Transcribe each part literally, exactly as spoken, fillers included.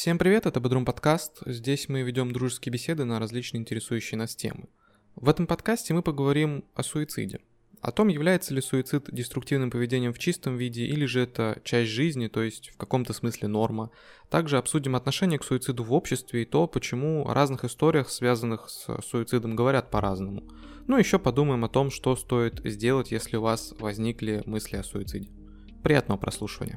Всем привет, это Бодрум подкаст. Здесь мы ведем дружеские беседы на различные интересующие нас темы. В этом подкасте мы поговорим о суициде. О том, является ли суицид деструктивным поведением в чистом виде, или же это часть жизни, то есть в каком-то смысле норма. Также обсудим отношение к суициду в обществе и то, почему о разных историях, связанных с суицидом, говорят по-разному. Ну и еще подумаем о том, что стоит сделать, если у вас возникли мысли о суициде. Приятного прослушивания.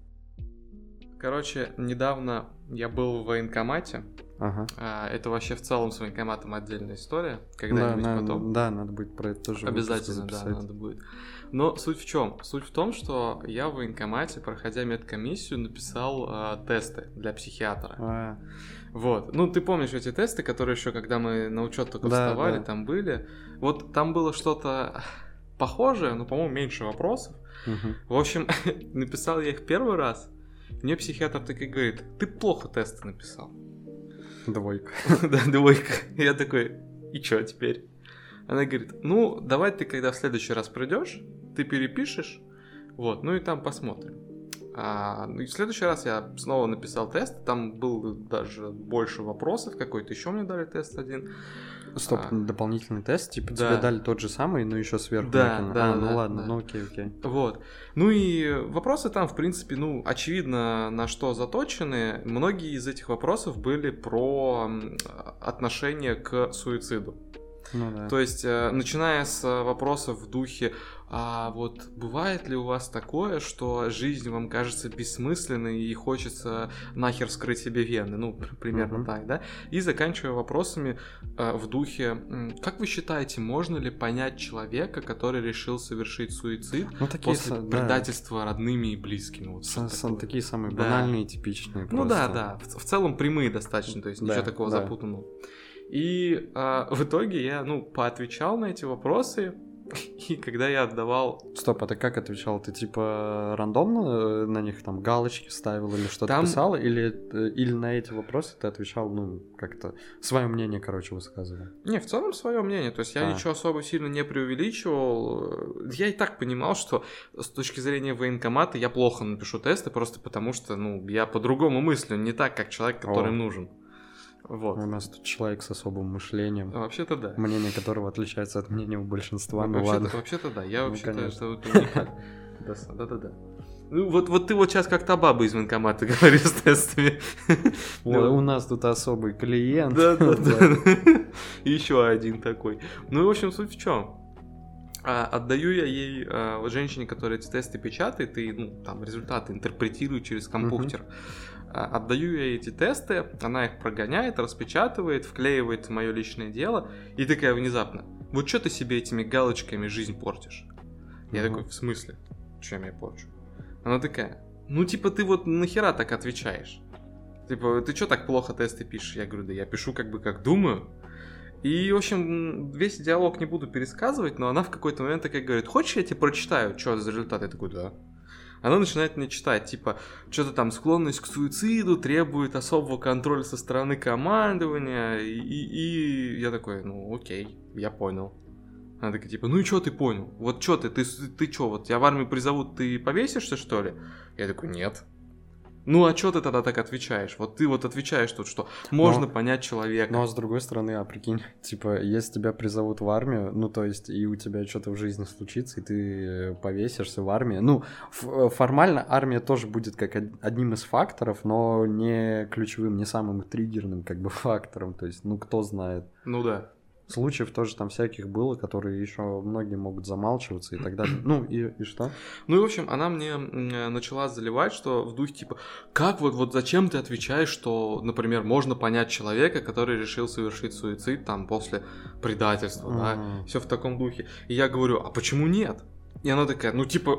Короче, недавно я был в военкомате. Ага. А, это вообще в целом с военкоматом отдельная история. Когда-нибудь да, потом. Да, надо будет про это тоже обязательно, да, надо будет. Но суть в чем? Суть в том, что я в военкомате, проходя медкомиссию, написал а, тесты для психиатра. А. Вот. Ну, ты помнишь эти тесты, которые еще, когда мы на учет только да, вставали, да. там были. Вот там было что-то похожее, но, по-моему, меньше вопросов. Угу. В общем, написал я их первый раз. Мне психиатр так и говорит: ты плохо тесты написал. Двойка. Да, двойка. Я такой: и чё теперь? Она говорит: ну, давай ты, когда в следующий раз придешь, ты перепишешь, вот, ну и там посмотрим. А, ну и в следующий раз я снова написал тест, там был даже больше вопросов, какой-то еще мне дали тест один. Стоп, а, дополнительный тест, типа да. тебе дали тот же самый, но еще сверху да, накинули. да, А, ну да, ладно, да. ну окей, окей. Вот. Ну и вопросы там, в принципе, ну, очевидно, на что заточены. Многие из этих вопросов были про отношение к суициду. Ну да. То есть, э, начиная с вопросов в духе: а вот бывает ли у вас такое, что жизнь вам кажется бессмысленной и хочется нахер вскрыть себе вены? Ну, примерно Мгм. так, да? И заканчивая вопросами э, в духе: как вы считаете, можно ли понять человека, который решил совершить суицид Ну, такие после са- да. предательства родными и близкими? Вот Са- что-то са- такое. такие самые Да. банальные, типичные. Ну просто. да, да, в, в целом прямые достаточно, то есть Да, ничего такого да. запутанного. И а, в итоге я, ну, поотвечал на эти вопросы, и когда я отдавал... Стоп, а ты как отвечал? Ты типа рандомно на них там галочки ставил или что-то Там- писал? Или, или на эти вопросы ты отвечал, ну, как-то свое мнение, короче, высказывал? Не, в целом свое мнение, то есть я А. ничего особо сильно не преувеличивал. Я и так понимал, что с точки зрения военкомата я плохо напишу тесты, просто потому что, ну, я по-другому мыслю, не так, как человек, который О. нужен. Вот. У нас тут человек с особым мышлением. А вообще-то да. Мнение которого отличается от мнения у большинства, ну вообще-то, ладно. вообще-то да, я Ну, вообще-то конечно. это, это уникально. Да, Да-да-да. Ну вот, вот ты вот сейчас как та баба из военкомата говоришь с тестами. Ой, у нас тут особый клиент. Да-да-да. Еще один такой. Ну и в общем суть в чем? А, отдаю я ей, а, вот женщине, которая эти тесты печатает и, ну, там результаты интерпретирует через компьютер. А, отдаю я ей эти тесты, она их прогоняет, распечатывает, вклеивает в мое личное дело и такая внезапно: вот что ты себе этими галочками жизнь портишь? Я Мгм. такой: в смысле? Чем я порчу? Она такая: ну типа ты вот нахера так отвечаешь? Типа, ты что так плохо тесты пишешь? Я говорю: да я пишу как бы как думаю. И, в общем, весь диалог не буду пересказывать, но она в какой-то момент такая говорит: хочешь, я тебе прочитаю, что за результат? Я такой: да. Она начинает мне читать, типа, что-то там склонность к суициду требует особого контроля со стороны командования, и, и, и я такой: ну окей, я понял. Она такая типа: ну и что ты понял? Вот что ты, ты, ты что, вот тебя в армию призовут, ты повесишься, что ли? Я такой: нет. Ну а что ты тогда так отвечаешь? Вот ты вот отвечаешь тут, что можно Но- понять человека. Ну, а с другой стороны, а прикинь, типа, если тебя призовут в армию, ну, то есть, и у тебя что-то в жизни случится, и ты э, повесишься в армии, ну, ф- формально армия тоже будет как од- одним из факторов, но не ключевым, не самым триггерным, как бы, фактором, то есть, ну, кто знает. Ну да. Случаев тоже там всяких было, которые еще многие могут замалчиваться и так далее. Ну, и, и что? Ну и, в общем, она мне м, начала заливать, что в духе типа: как вот, вот зачем ты отвечаешь, что, например, можно понять человека, который решил совершить суицид там после предательства, да, М. все в таком духе. И я говорю: а почему нет? И она такая: ну типа,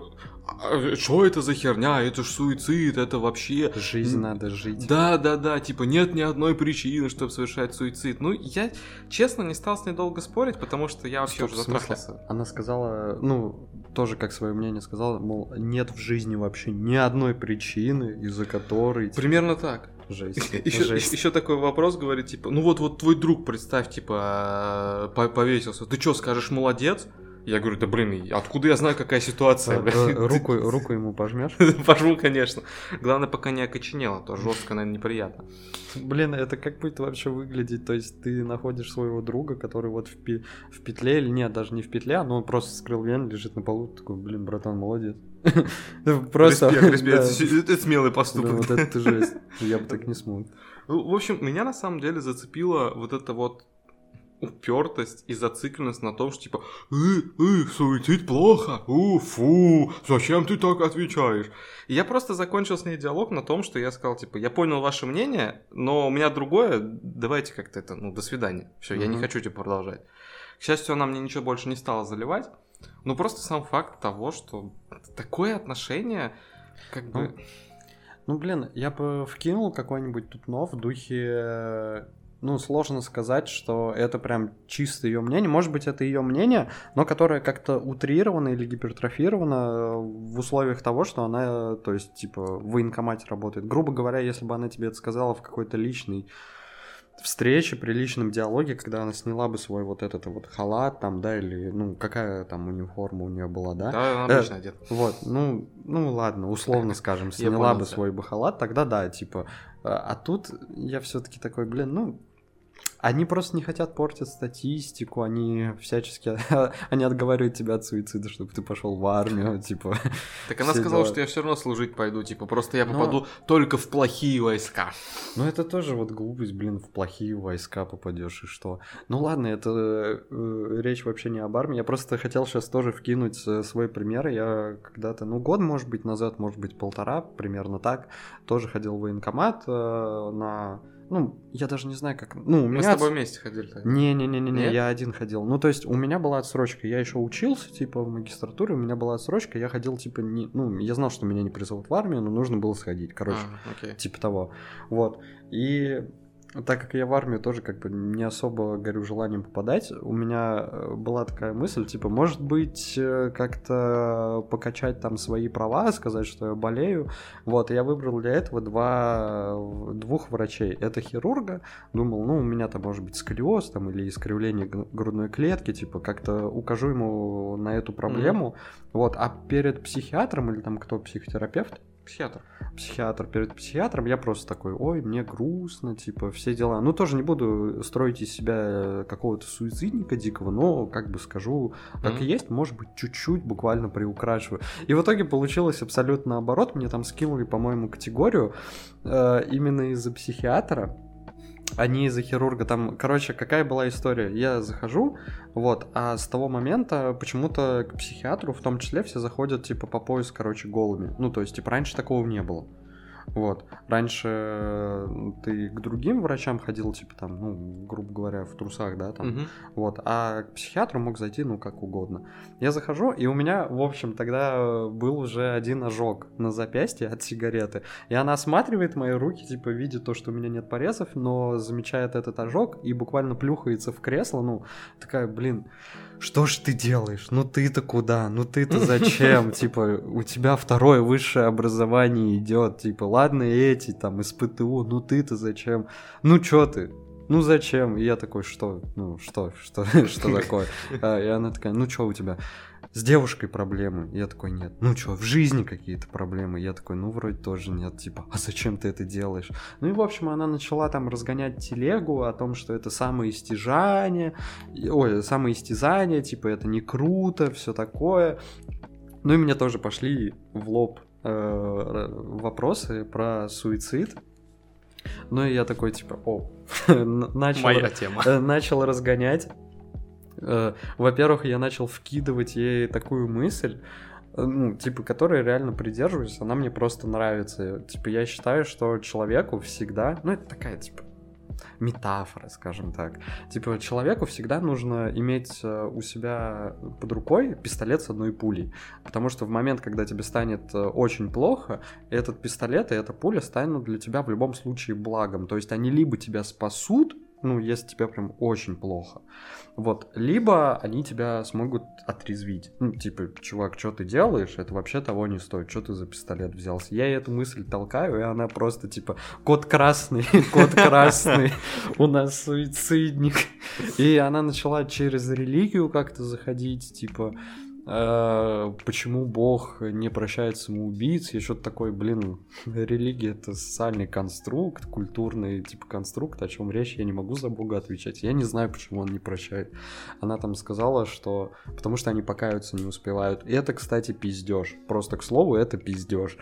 что это за херня, это ж суицид, это вообще... Жизнь м, надо жить. Да, да, да, типа нет ни одной причины, чтобы совершать суицид. Ну, я, честно, не стал с ней долго спорить, потому что я вообще Стоп, уже в смысле? затрахался. Она сказала, ну, тоже как свое мнение сказала, мол, нет в жизни вообще ни одной причины, из-за которой... типа, Примерно так. Жесть. Еще, Жесть. еще такой вопрос говорит, типа: ну вот, вот твой друг, представь, типа, по- повесился. Ты что, скажешь молодец? Я говорю, да блин, откуда я знаю, какая ситуация? Руку, руку ему пожмешь? Пожму, конечно. Главное, пока не окоченело, то жестко, наверное, неприятно. Блин, это как будет вообще выглядеть? То есть ты находишь своего друга, который вот в, пи- в петле, или нет, даже не в петле, но он просто скрыл вену, лежит на полу, такой, блин, братан, молодец. Просто... Респект, респект, это смелый поступок. Вот это ты жесть, я бы так не смог. В общем, меня на самом деле зацепила вот эта вот упертость и зацикленность на том, что типа «Эй, эй, суицид плохо, у, фу, зачем ты так отвечаешь?» И я просто закончил с ней диалог на том, что я сказал, типа, я понял ваше мнение, но у меня другое, давайте как-то это, ну, до свидания. Все, mm-hmm. я не хочу, типа, продолжать. К счастью, она мне ничего больше не стала заливать, но просто сам факт того, что такое отношение, как бы... Ну, ну блин, я бы вкинул какой-нибудь тут но в духе... Ну, сложно сказать, что это прям чисто ее мнение. Может быть, это ее мнение, но которое как-то утрировано или гипертрофировано в условиях того, что она, то есть, типа, в военкомате работает. Грубо говоря, если бы она тебе это сказала в какой-то личной встрече, при личном диалоге, когда она сняла бы свой вот этот вот халат, там, да, или, ну, какая там униформа у нее была, да? Да, она обычно одета. Вот, ну, ну, ладно, условно скажем, сняла бы свой бы халат, тогда да, типа. А тут я все-таки такой, блин, ну, они просто не хотят портить статистику, они всячески, они отговаривают тебя от суицида, чтобы ты пошел в армию, типа. Так она сказала, дела. Что я все равно служить пойду, типа, просто я попаду Но... только в плохие войска. Ну это тоже вот глупость, блин, в плохие войска попадешь и что. Ну ладно, это э, речь вообще не об армии, я просто хотел сейчас тоже вкинуть свой пример. Я когда-то, ну год, может быть, назад, может быть, полтора, примерно так, тоже ходил в военкомат э, на... Ну, я даже не знаю, как... Ну, у Мы меня... с тобой вместе ходили. Не-не-не-не, я один ходил. Ну, то есть, у меня была отсрочка. Я еще учился, типа, в магистратуре, у меня была отсрочка, я ходил, типа, не... Ну, я знал, что меня не призовут в армию, но нужно было сходить, короче, а, типа того. Вот. И... Так как я в армию тоже как бы не особо горю желанием попадать, у меня была такая мысль, типа, может быть, как-то покачать там свои права, сказать, что я болею. Вот, и я выбрал для этого два, двух врачей. Это хирурга, думал, ну, у меня-то может быть сколиоз там или искривление грудной клетки, типа, как-то укажу ему на эту проблему. Mm-hmm. Вот, а перед психиатром или там кто, психотерапевт? Психиатр. Психиатр. Перед психиатром я просто такой, ой, мне грустно, типа, все дела. Ну, тоже не буду строить из себя какого-то суицидника дикого, но, как бы скажу, как mm-hmm. и есть, может быть, чуть-чуть буквально приукрашиваю. И в итоге получилось абсолютно наоборот. Мне там скинули, по-моему, категорию э, именно из-за психиатра. А не из-за хирурга. Там, короче, какая была история? Я захожу, вот, а с того момента почему-то к психиатру в том числе все заходят, типа, по пояс, короче, голыми. Ну, то есть, типа, раньше такого не было. Вот. Раньше ты к другим врачам ходил, типа, там, ну, грубо говоря, в трусах, да, там. Mm-hmm. Вот. А к психиатру мог зайти, ну, как угодно. Я захожу, и у меня, в общем, тогда был уже один ожог на запястье от сигареты. И она осматривает мои руки, типа, видит то, что у меня нет порезов, но замечает этот ожог и буквально плюхается в кресло, ну, такая, блин, что ж ты делаешь? Ну ты-то куда? Ну ты-то зачем? Типа, у тебя второе высшее образование идет, типа, ладно эти, там, из ПТУ, ну ты-то зачем? Ну чё ты? Ну зачем? И я такой, что? Ну что? Что, что такое? А, и она такая, ну чё у тебя? С девушкой проблемы? Я такой, нет. Ну чё, в жизни какие-то проблемы? Я такой, ну вроде тоже нет. Типа, а зачем ты это делаешь? Ну и в общем она начала там разгонять телегу о том, что это самоистяжание, ой, самоистязание, типа это не круто, все такое. Ну и мне тоже пошли в лоб э, вопросы про суицид. Ну и я такой, типа, о, начал, моя тема. начал разгонять. Во-первых, я начал вкидывать ей такую мысль, ну, типа, которой реально придерживаюсь, она мне просто нравится. Типа, я считаю, что человеку всегда, ну, это такая, типа, метафора, скажем так. Типа, человеку всегда нужно иметь у себя под рукой пистолет с одной пулей. Потому что в момент, когда тебе станет очень плохо, этот пистолет и эта пуля станут для тебя в любом случае благом. То есть они либо тебя спасут, ну, если тебе прям очень плохо. Вот, либо они тебя смогут отрезвить. Ну, типа, чувак, что ты делаешь? Это вообще того не стоит. Что ты за пистолет взялся? Я ей эту мысль толкаю, и она просто, типа, кот красный, кот красный, у нас суицидник. И она начала через религию как-то заходить, типа... почему Бог не прощает самоубийц, я что-то такое, блин, религия — это социальный конструкт, культурный типа конструкт, о чем речь, я не могу за Бога отвечать, я не знаю, почему он не прощает. Она там сказала, что потому что они покаяться не успевают, и это, кстати, пиздеж, просто к слову, это пиздеж.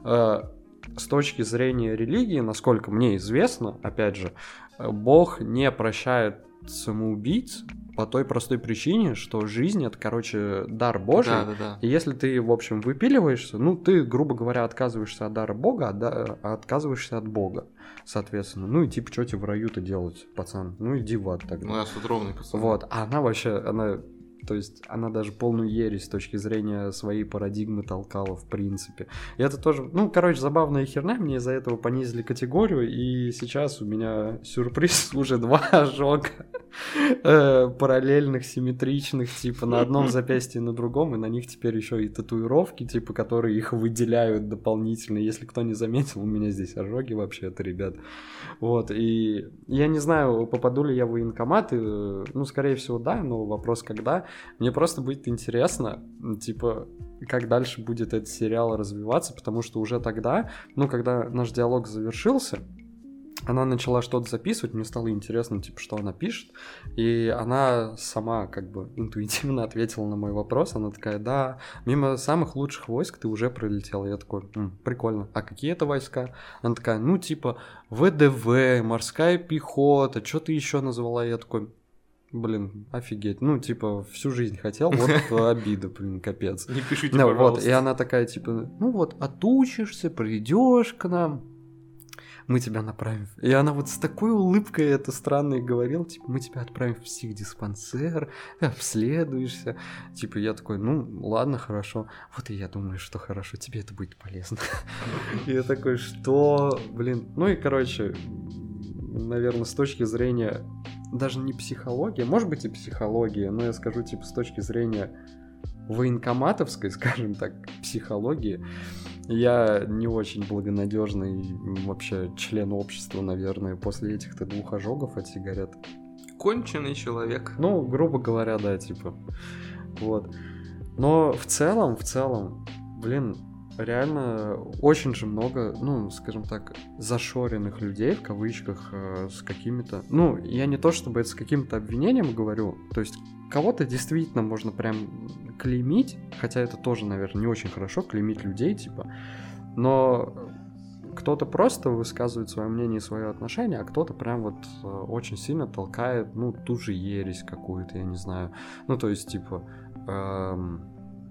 С точки зрения религии, насколько мне известно, опять же, Бог не прощает самоубийц по той простой причине, что жизнь — это, короче, дар Божий. Да, да, да. И если ты, в общем, выпиливаешься, ну, ты, грубо говоря, отказываешься от дара Бога, а, да, а отказываешься от Бога, соответственно. Ну и типа, что тебе в раю-то делать, пацан? Ну иди в ад тогда. Ну я тут ровный пацан. Вот, а она вообще, она... То есть она даже полную ересь с точки зрения своей парадигмы толкала, в принципе. И это тоже, ну, короче, забавная херня. Мне из-за этого понизили категорию, и сейчас у меня сюрприз, уже два ожога э, параллельных, симметричных, типа на одном запястье и на другом, и на них теперь еще и татуировки, типа, которые их выделяют дополнительно. Если кто не заметил, у меня здесь ожоги вообще-то, ребят. Вот, и я не знаю, попаду ли я в военкомат, и, ну, скорее всего, да, но вопрос когда. Мне просто будет интересно, типа, как дальше будет этот сериал развиваться, потому что уже тогда, ну, когда наш диалог завершился, она начала что-то записывать, мне стало интересно, типа, что она пишет, и она сама, как бы, интуитивно ответила на мой вопрос, она такая: да, мимо самых лучших войск ты уже пролетел. Я такой: М, прикольно, а какие это войска? Она такая: ну, типа, ВДВ, морская пехота, что ты еще назвала? Я такой: блин, офигеть. Ну, типа, всю жизнь хотел, вот обида, блин, капец. Не пишите, Ну, пожалуйста. вот, и она такая, типа, ну вот, отучишься, придешь к нам, мы тебя направим. И она вот с такой улыбкой это странно и говорила, типа, мы тебя отправим в психдиспансер, обследуешься. Типа, я такой: ну, ладно, хорошо. Вот и я думаю, что хорошо, тебе это будет полезно. И я такой: что, блин. Ну и, короче, наверное, с точки зрения даже не психологии, может быть и психология, но я скажу, типа, с точки зрения военкоматовской, скажем так, психологии, я не очень благонадежный вообще член общества, наверное, после этих-то двух ожогов от сигарет. Конченый человек. Ну, грубо говоря, да, типа. Вот. Но в целом, в целом, блин, реально очень же много, ну, скажем так, зашоренных людей, в кавычках, э, с какими-то... Ну, я не то чтобы это с каким-то обвинением говорю, то есть кого-то действительно можно прям клеймить, хотя это тоже, наверное, не очень хорошо, клеймить людей, типа, но кто-то просто высказывает свое мнение и свое отношение, а кто-то прям вот э, очень сильно толкает, ну, ту же ересь какую-то, я не знаю, ну, то есть, типа... Эм...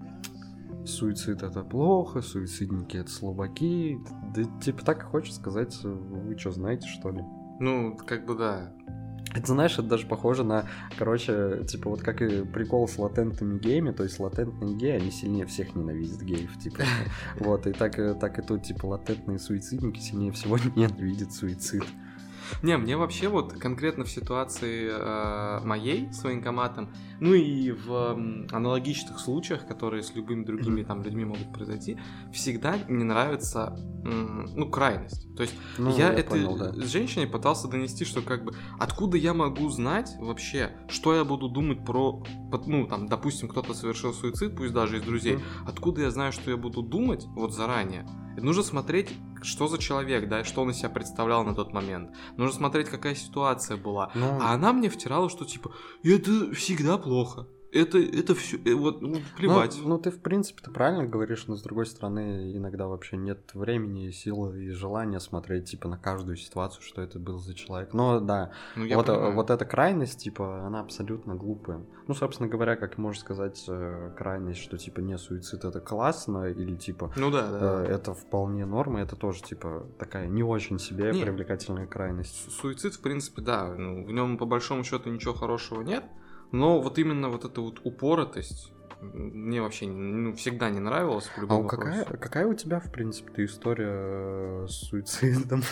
суицид — это плохо, суицидники — это слабаки. Да, типа, так и хочется сказать: вы что, знаете, что ли? Ну, как бы да. Это, знаешь, это даже похоже на, короче, типа, вот как и прикол с латентными геями, то есть латентные геи, они сильнее всех ненавидят геев, типа. Вот, и так, так и тут, типа, латентные суицидники сильнее всего ненавидят суицид. Не, мне вообще вот конкретно в ситуации э, моей с военкоматом, ну и в э, аналогичных случаях, которые с любыми другими там людьми могут произойти, всегда не нравится, э, ну, крайность. То есть ну, я, я этой понял, да. женщине пытался донести, что как бы откуда я могу знать вообще, что я буду думать про, ну, там, допустим, кто-то совершил суицид, пусть даже из друзей, mm-hmm. откуда я знаю, что я буду думать вот заранее? Нужно смотреть, что за человек, да, что он из себя представлял на тот момент. Нужно смотреть, какая ситуация была. Ну... А она мне втирала, что типа, это всегда плохо. Это, это все, вот, ну, плевать. Ну, ну, ты, в принципе, ты правильно говоришь, но, с другой стороны, иногда вообще нет времени, силы и желания смотреть, типа, на каждую ситуацию, что это был за человек. Но, да, ну, вот, вот эта крайность, типа, она абсолютно глупая. Ну, собственно говоря, как можно сказать, крайность, что, типа, не, суицид — это классно, или, типа, ну, да, да. э, это вполне норма, это тоже, типа, такая не очень себе не, привлекательная крайность. Суицид, в принципе, да, ну, в нем, по большому счету, ничего хорошего нет. Но вот именно вот эта вот упоротость, мне вообще ну, всегда не нравилось. А у какая, какая у тебя, в принципе, история с суицидом?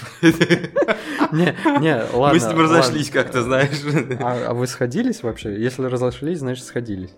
Не, не, ладно. Мы с ним разошлись как-то, знаешь. А вы сходились вообще? Если разошлись, значит, сходились.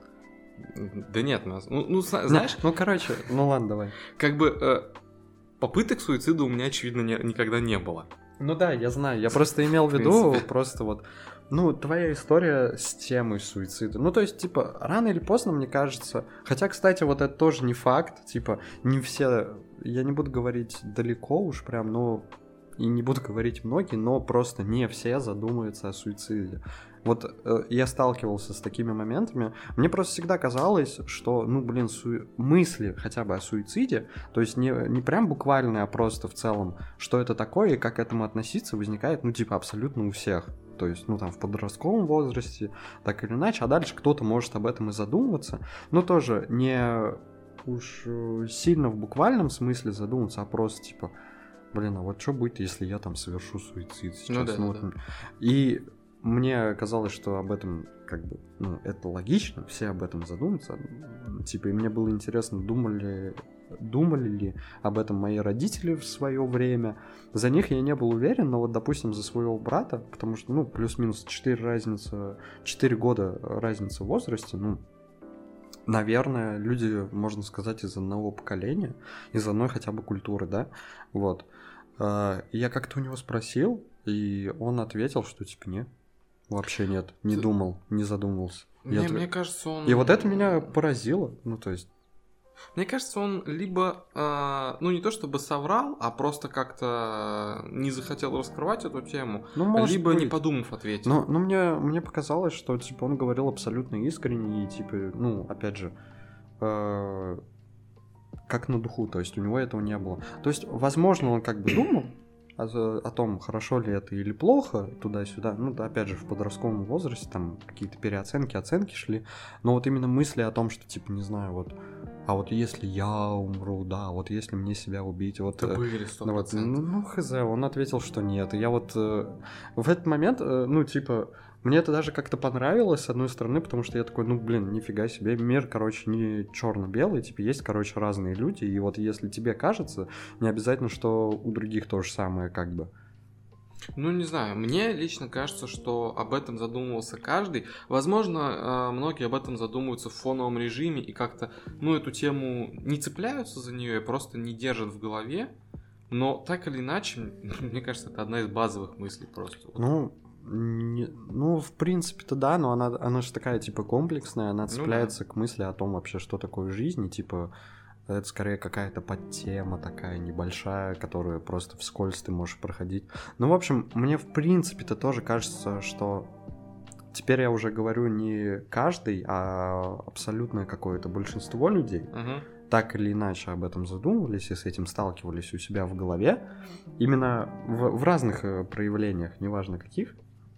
Да нет, нас. Ну, знаешь. Ну, короче, ну ладно, давай. Как бы попыток суицида у меня, очевидно, никогда не было. Ну да, я знаю. Я просто имел в виду, просто вот. Ну, твоя история с темой суицида. Ну, то есть, типа, рано или поздно, мне кажется... Хотя, кстати, вот это тоже не факт. Типа, не все... Я не буду говорить далеко уж прям, но... И не буду говорить многие, но просто не все задумываются о суициде. Вот э, я сталкивался с такими моментами. Мне просто всегда казалось, что, ну, блин, су... мысли хотя бы о суициде, то есть не, не прям буквально, а просто в целом, что это такое и как к этому относиться, возникает, ну, типа, абсолютно у всех. То есть, ну, там, в подростковом возрасте, так или иначе, а дальше кто-то может об этом и задумываться, но тоже не уж сильно в буквальном смысле задумываться, а просто, типа, блин, а вот что будет, если я там совершу суицид сейчас? Ну, да, ну, да, вот... да. И мне казалось, что об этом, как бы, ну, это логично, все об этом задумаются, типа, и мне было интересно, думали... Думали ли об этом мои родители в свое время? За них я не был уверен, но вот, допустим, за своего брата, потому что, ну, плюс-минус четыре разница, четыре года разница в возрасте, ну, наверное, люди, можно сказать, из одного поколения, из одной хотя бы культуры, да, вот. И я как-то у него спросил, и он ответил, что, типа, нет, вообще нет, не думал, не задумывался. Мне, я... мне кажется, он... И вот это меня поразило, ну, то есть... Мне кажется, он либо, э, ну не то чтобы соврал, а просто как-то не захотел раскрывать эту тему, ну, либо быть. не подумав ответил. Но, но мне, мне показалось, что типа он говорил абсолютно искренне и типа, ну, опять же, э, как на духу, то есть у него этого не было. То есть, возможно, он как бы думал о, о том, хорошо ли это или плохо, туда-сюда, ну, да, опять же, в подростковом возрасте там какие-то переоценки, оценки шли, но вот именно мысли о том, что, типа, не знаю, вот, а вот если я умру, да, вот если мне себя убить, вот... Это были сто процентов. Ну, вот, ну, ну, хз, он ответил, что нет. И я вот э, в этот момент, э, ну, типа, мне это даже как-то понравилось, с одной стороны, потому что я такой, ну, блин, нифига себе, мир, короче, не черно-белый, типа, есть, короче, разные люди, и вот если тебе кажется, не обязательно, что у других то же самое, как бы. Ну, не знаю, мне лично кажется, что об этом задумывался каждый. Возможно, многие об этом задумываются в фоновом режиме и как-то, ну, эту тему не цепляются за нее и просто не держат в голове. Но так или иначе, мне кажется, это одна из базовых мыслей просто. Ну, не, ну в принципе-то да, но она, она же такая, типа, комплексная, она цепляется ну, да. к мысли о том вообще, что такое жизнь, и, типа... Это скорее какая-то подтема такая небольшая, которую просто вскользь ты можешь проходить. Ну, в общем, мне в принципе-то тоже кажется, что теперь я уже говорю не каждый, а абсолютное какое-то большинство людей uh-huh. так или иначе об этом задумывались и с этим сталкивались у себя в голове. Именно в, в разных проявлениях, неважно каких.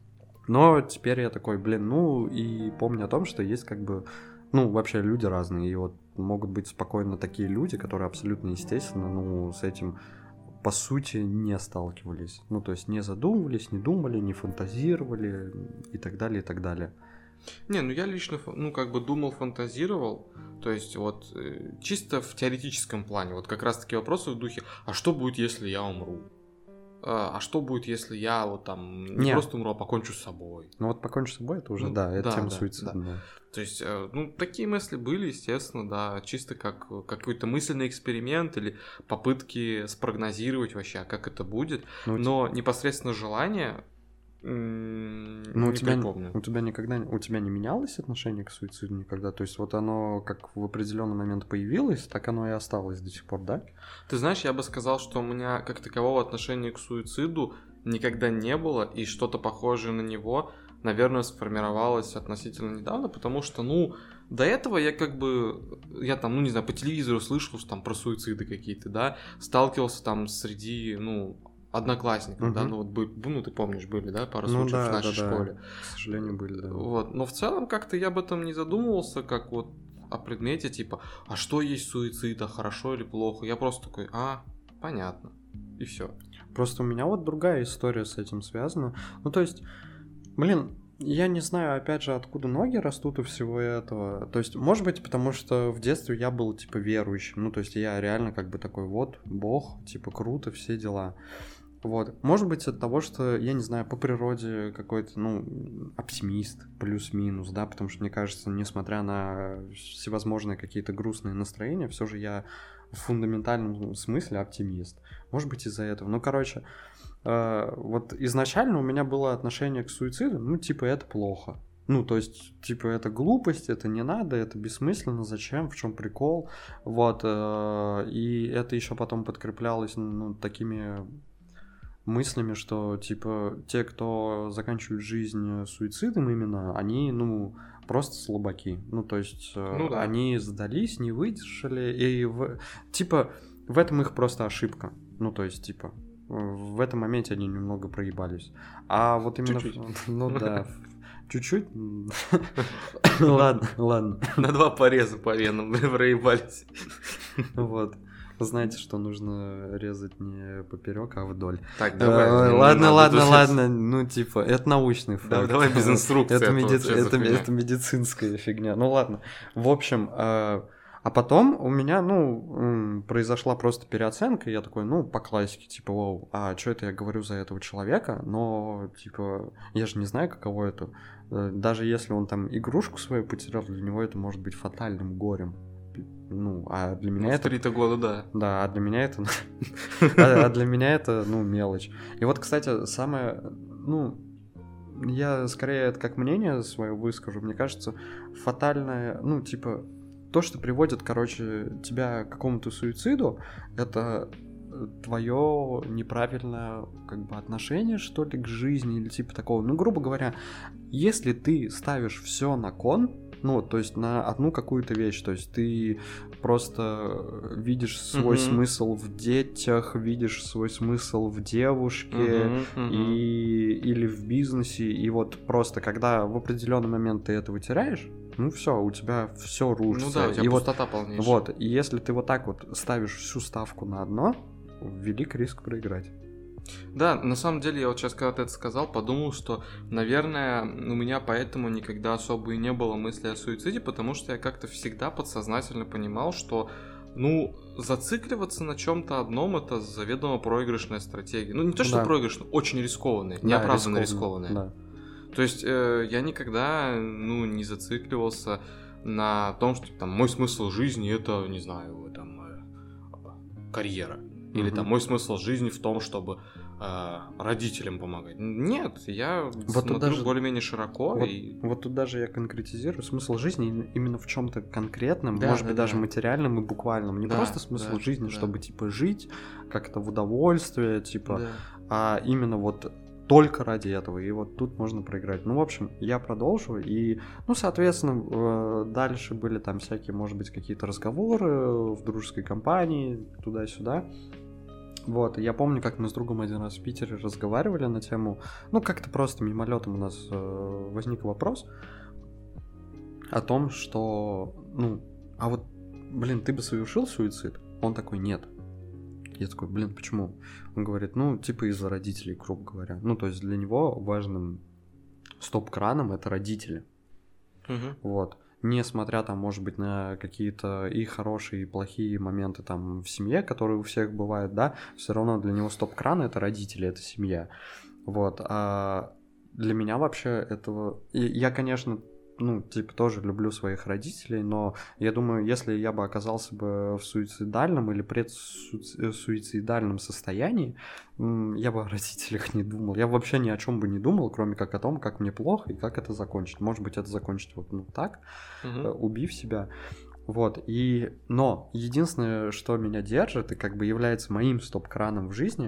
Но теперь я такой, блин, ну и помню о том, что есть как бы... Ну, вообще люди разные, и вот могут быть спокойно такие люди, которые абсолютно естественно, ну, с этим, по сути, не сталкивались. Ну, то есть не задумывались, не думали, не фантазировали и так далее, и так далее. Не, ну я лично, ну, как бы думал, фантазировал, то есть вот чисто в теоретическом плане, вот как раз-таки вопросы в духе, а что будет, если я умру? А что будет, если я вот там не Нет. просто умру, а покончу с собой? Ну вот покончу с собой, это уже, ну, да, это да, тема да, суицида. Да. Да. То есть, ну, такие мысли были, естественно, да, чисто как какой-то мысленный эксперимент или попытки спрогнозировать вообще, как это будет. Ну, но тебя... непосредственно желание... Ну, у тебя, у тебя никогда у тебя не менялось отношение к суициду никогда? То есть вот оно как в определенный момент появилось, так оно и осталось до сих пор, да? Ты знаешь, я бы сказал, что у меня как такового отношения к суициду никогда не было, и что-то похожее на него, наверное, сформировалось относительно недавно, потому что, ну, до этого я как бы, я там, ну, не знаю, по телевизору слышал, что там про суициды какие-то, да, сталкивался там среди, ну... одноклассников, угу. да, ну вот, ну ты помнишь, были, да, пару ну, случаев да, в нашей да, школе. Да. К сожалению, были, да. Вот, но в целом как-то я об этом не задумывался, как вот о предмете, типа, а что есть суицид, а хорошо или плохо? Я просто такой, а, понятно, и все. Просто у меня вот другая история с этим связана. Ну, то есть, блин, Я не знаю, опять же, откуда ноги растут у всего этого. То есть, может быть, потому что в детстве я был, типа, верующим. Ну, то есть, я реально как бы такой, вот, Бог, типа, круто, все дела. Вот. Может быть, от того, что, я не знаю, по природе какой-то, ну, оптимист, плюс-минус, да, потому что, мне кажется, несмотря на всевозможные какие-то грустные настроения, все же я в фундаментальном смысле оптимист. Может быть, из-за этого. Ну, короче, э, вот изначально у меня было отношение к суициду, ну, типа, это плохо. Ну, то есть, типа, это глупость, это не надо, это бессмысленно, зачем, в чем прикол, вот, э, и это еще потом подкреплялось, ну, такими мыслями, что, типа, те, кто заканчивают жизнь суицидом именно, они, ну, просто слабаки. Ну, то есть, Ну да. они сдались, не выдержали, и, в... типа, в этом их просто ошибка. Ну, то есть, типа, в этом моменте они немного проебались. А вот именно... Чуть-чуть. Ну, да. Чуть-чуть? Ладно, ладно. На два пореза по венам проебались. Вот. Знаете, что нужно резать не поперек, а вдоль. Так, давай. Э, ну, ладно, надо ладно, тут- ладно. Ну, типа, это научный Да, факт. давай без инструкции, Это, а то меди- вот что за это- фигня. это медицинская фигня. Ну, ладно. В общем, э, а потом у меня, ну, м, произошла просто переоценка. И я такой, ну, по классике, типа, вау, а что это я говорю за этого человека? Но, типа, я же не знаю, каково это. Э, Даже если он там игрушку свою потерял, для него это может быть фатальным горем. Ну, а для меня Ну, в это... три-то года, да. Да, а для меня это... А а для меня это, ну, мелочь. И вот, кстати, самое... Ну, я скорее это как мнение свое выскажу. Мне кажется, фатальное... Ну, типа, то, что приводит, короче, тебя к какому-то суициду, это твое неправильное, как бы, отношение, что ли, к жизни или типа такого. Ну, грубо говоря, если ты ставишь все на кон, ну, то есть на одну какую-то вещь, то есть ты просто видишь свой Мгм. смысл в детях, видишь свой смысл в девушке Мгм, мгм. и или в бизнесе, и вот просто когда в определенный момент ты этого теряешь, ну все, у тебя все Ну рушится. да, у тебя и вот пустота полнейшая. вот, и если ты вот так вот ставишь всю ставку на одно, велик риск проиграть. Да, на самом деле, я вот сейчас, когда ты это сказал, подумал, что, наверное, у меня поэтому никогда особо и не было мысли о суициде, потому что я как-то всегда подсознательно понимал, что, ну, зацикливаться на чем-то одном — это заведомо проигрышная стратегия. Ну, не то, что Да. проигрышная, очень рискованная, Да, неоправданно рискованно, рискованная. Да. То есть э, я никогда, ну, не зацикливался на том, что там мой смысл жизни — это, не знаю, там, э, карьера. Или Мгм. там мой смысл жизни в том, чтобы э, родителям помогать. Нет, я Вот тут смотрю даже- более-менее широко. Вот, и... вот тут даже я конкретизирую смысл жизни им- именно в чем-то конкретном, Да, может да, быть, даже да. материальном и буквальном. Не Да, просто смысл да, жизни, да. чтобы типа жить как-то в удовольствие, типа, Да. а именно вот только ради этого. И вот тут можно проиграть. Ну, в общем, я продолжу. И, ну, соответственно, э, дальше были там всякие, может быть, какие-то разговоры в дружеской компании, туда-сюда. Вот, и я помню, как мы с другом один раз в Питере разговаривали на тему, ну, как-то просто мимолетом у нас э, возник вопрос о том, что, ну, а вот, блин, ты бы совершил суицид? Он такой, нет. Я такой, блин, почему? Он говорит, ну, типа из-за родителей, грубо говоря. Ну, то есть для него важным стоп-краном это родители. Мгм. Вот. Несмотря там, может быть, на какие-то и хорошие, и плохие моменты там в семье, которые у всех бывают, да, все равно для него стоп-кран — это родители, это семья. Вот. А для меня вообще этого... и я, конечно, ну, типа, тоже люблю своих родителей, но я думаю, если я бы оказался бы в суицидальном или предсуицидальном состоянии, м, я бы о родителях не думал. Я вообще ни о чем бы не думал, кроме как о том, как мне плохо и как это закончить. Может быть, это закончить вот ну, так, Мгм. э, убив себя. Вот, и... Но единственное, что меня держит и как бы является моим стоп-краном в жизни,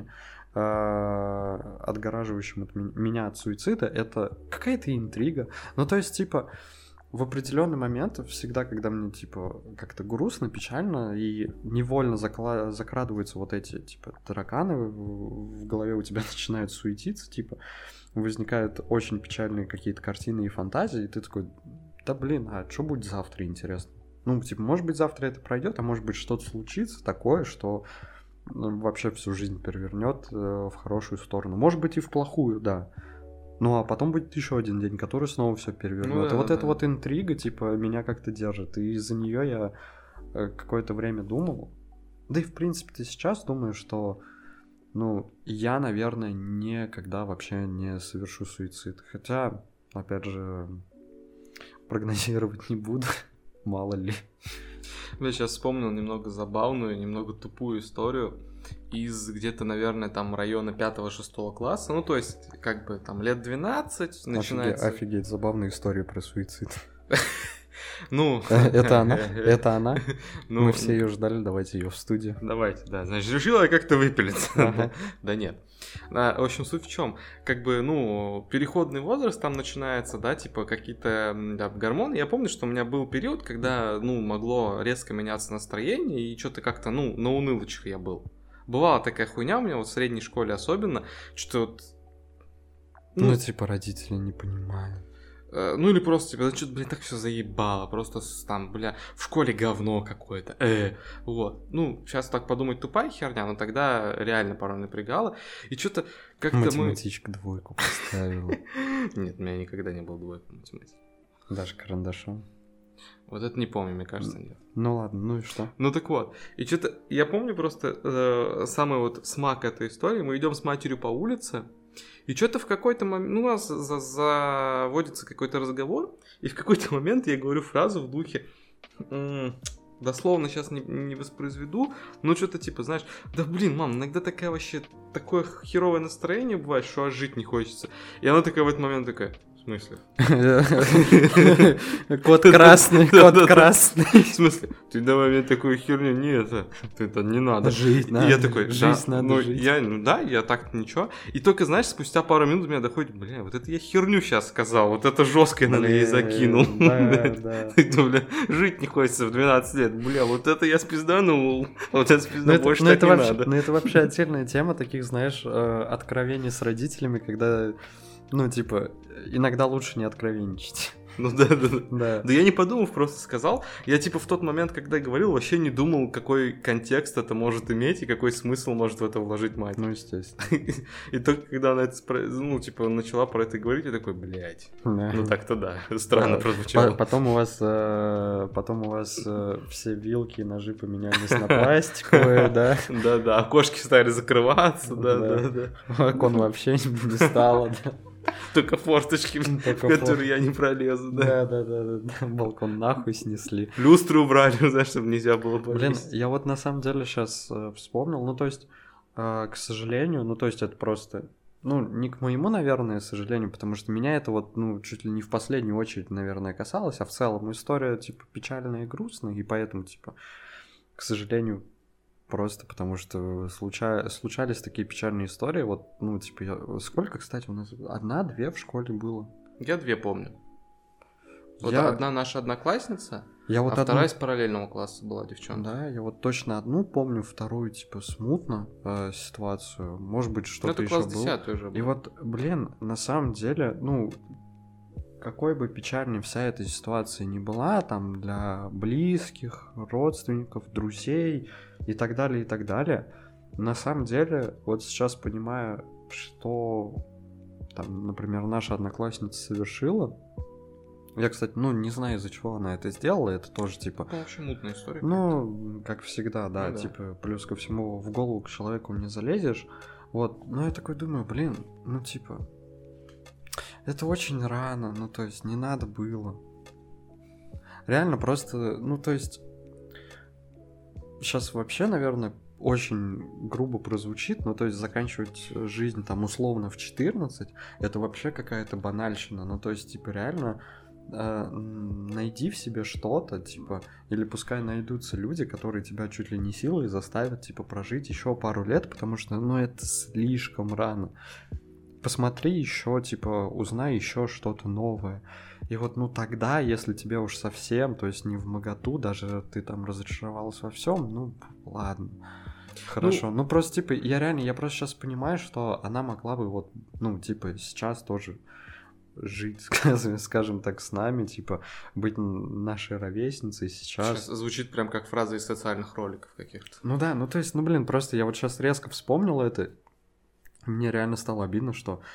э, отгораживающим от ми- меня от суицида, это какая-то интрига. Ну, то есть, типа, в определенный момент, всегда, когда мне, типа, как-то грустно, печально, и невольно закла- закрадываются вот эти, типа, тараканы в в голове у тебя начинают суетиться, типа, возникают очень печальные какие-то картины и фантазии, и ты такой, да блин, а что будет завтра, интересно? Ну, типа, может быть, завтра это пройдет, а может быть, что-то случится такое, что ну, вообще всю жизнь перевернет э, в хорошую сторону. Может быть, и в плохую, да. Ну, а потом будет еще один день, который снова все перевернет. Ну, и да, вот да. эта вот интрига, типа, меня как-то держит. И из-за нее я э, какое-то время думал. Да и, в принципе, ты сейчас думаешь, что, ну, я, наверное, никогда вообще не совершу суицид. Хотя, опять же, прогнозировать не буду. Мало ли. Я сейчас вспомнил немного забавную, немного тупую историю из где-то, наверное, там района пятого-шестого класса. Ну, то есть, как бы там лет двенадцать начинается... Офигеть, офигеть, забавная история про суицид. Ну... Это она? Это она? Ну, Мы все ее ждали, давайте ее в студию. Давайте, да. Значит, решила я как-то выпилиться. Ага. Да нет. А, в общем, суть в чем? Как бы, ну, переходный возраст там начинается, да, типа какие-то да, гормоны. Я помню, что у меня был период, когда, ну, могло резко меняться настроение, и что-то как-то, ну, на унылочках я был. Бывала такая хуйня у меня, вот в средней школе особенно, что вот... Ну, ну типа, родители не понимают. Ну или просто, типа, да что-то, блин, так все заебало, просто там, бля, в школе говно какое-то, э, вот. Ну, сейчас так подумать, тупая херня, но тогда реально порой напрягало. И что-то как-то мы... Математичка двойку поставила. Нет, у меня никогда не было двойки по математике. Даже карандашом. Вот это не помню, мне кажется, нет. Ну ладно, ну и что? Ну так вот, и что-то, я помню просто э, самый вот смак этой истории, мы идем с матерью по улице, и что-то в какой-то момент, ну, у нас за- заводится какой-то разговор, и в какой-то момент я говорю фразу в духе, м- дословно сейчас не, не воспроизведу, но что-то типа, знаешь, да блин, мам, иногда такая вообще, такое херовое настроение бывает, что аж жить не хочется. И она такая в этот момент такая, в смысле? Кот красный, кот красный. В смысле? Ты давай мне такую херню, не это, это не надо. Жить И надо. я такой, Жизнь да, надо ну, жить. я, ну да, я так ничего. И только, знаешь, спустя пару минут у меня доходит, бля, вот это я херню сейчас сказал, вот это жестко я, наверное, ей закинул. Да, да. Ну, бля, жить не хочется в двенадцать лет, бля, вот это я спизданул, вот это Ну спизда, это, больше ну, так это не вообще, надо. ну это вообще отдельная тема таких, знаешь, э, откровений с родителями, когда, ну типа, иногда лучше не откровенничать. Ну да, да, да. Да. Да я не подумав, просто сказал. Я типа в тот момент, когда говорил, вообще не думал, какой контекст это может иметь и какой смысл может в это вложить мать. Ну, естественно. И только когда она это, спро- ну, типа, начала про это говорить, я такой, блядь, Да. ну так-то да, странно Да. прозвучало. По- Потом у вас, э, потом у вас э, все вилки и ножи поменялись на пластиковые, да? Да-да, окошки стали закрываться, Да. да-да-да. Окон вообще не стало, да. Только форточки, в Только которые я не пролезу, да. Да, да, да, да. Балкон нахуй снесли. Люстры убрали, знаешь, чтобы нельзя было Блин, полезть. я вот на самом деле сейчас вспомнил, ну то есть, э, к сожалению, ну то есть это просто, ну не к моему, наверное, сожалению, потому что меня это вот, ну чуть ли не в последнюю очередь, наверное, касалось, а в целом история типа печальная и грустная, и поэтому типа, к сожалению, просто потому что случа... случались такие печальные истории, вот, ну типа, я... сколько, кстати, у нас одна-две в школе было? Я две помню. Вот Я- одна наша одноклассница, Я вот а одну- вторая из параллельного класса была девчонка. Да, я вот точно одну помню, вторую, типа, смутно э, ситуацию. Может быть, Ну, что-то это еще класс было. десятый уже был. И вот, блин, на самом деле, ну, какой бы печальной вся эта ситуация ни была, там, для близких, родственников, друзей и так далее, и так далее, на самом деле, вот сейчас понимаю, что, там, например, наша одноклассница совершила. Я, кстати, ну, не знаю, из-за чего она это сделала, это тоже, типа, Ну, вообще мутная история. ну, как всегда, да, Ну да. типа, плюс ко всему в голову к человеку не залезешь. Вот, но я такой думаю, блин, ну, типа, это очень рано, ну, то есть, не надо было. Реально просто, ну, то есть, сейчас вообще, наверное, очень грубо прозвучит, но то есть заканчивать жизнь там условно в четырнадцать, это вообще какая-то банальщина, ну, то есть, типа, реально... э, найди в себе что-то, типа, или пускай найдутся люди, которые тебя чуть ли не силой заставят, типа, прожить еще пару лет, потому что, ну, это слишком рано. Посмотри еще, типа, узнай еще что-то новое. И вот, ну, тогда, если тебе уж совсем, то есть не вмоготу, даже ты там разочаровался во всем, ну, ладно. Хорошо. Ну, просто, типа, я реально, я просто сейчас понимаю, что она могла бы вот, ну, типа, сейчас тоже жить, скажем, скажем так, с нами, типа, быть нашей ровесницей сейчас. Сейчас звучит прям как фраза из социальных роликов каких-то. Ну да, ну то есть, ну блин, просто я вот сейчас резко вспомнил это, мне реально стало обидно, что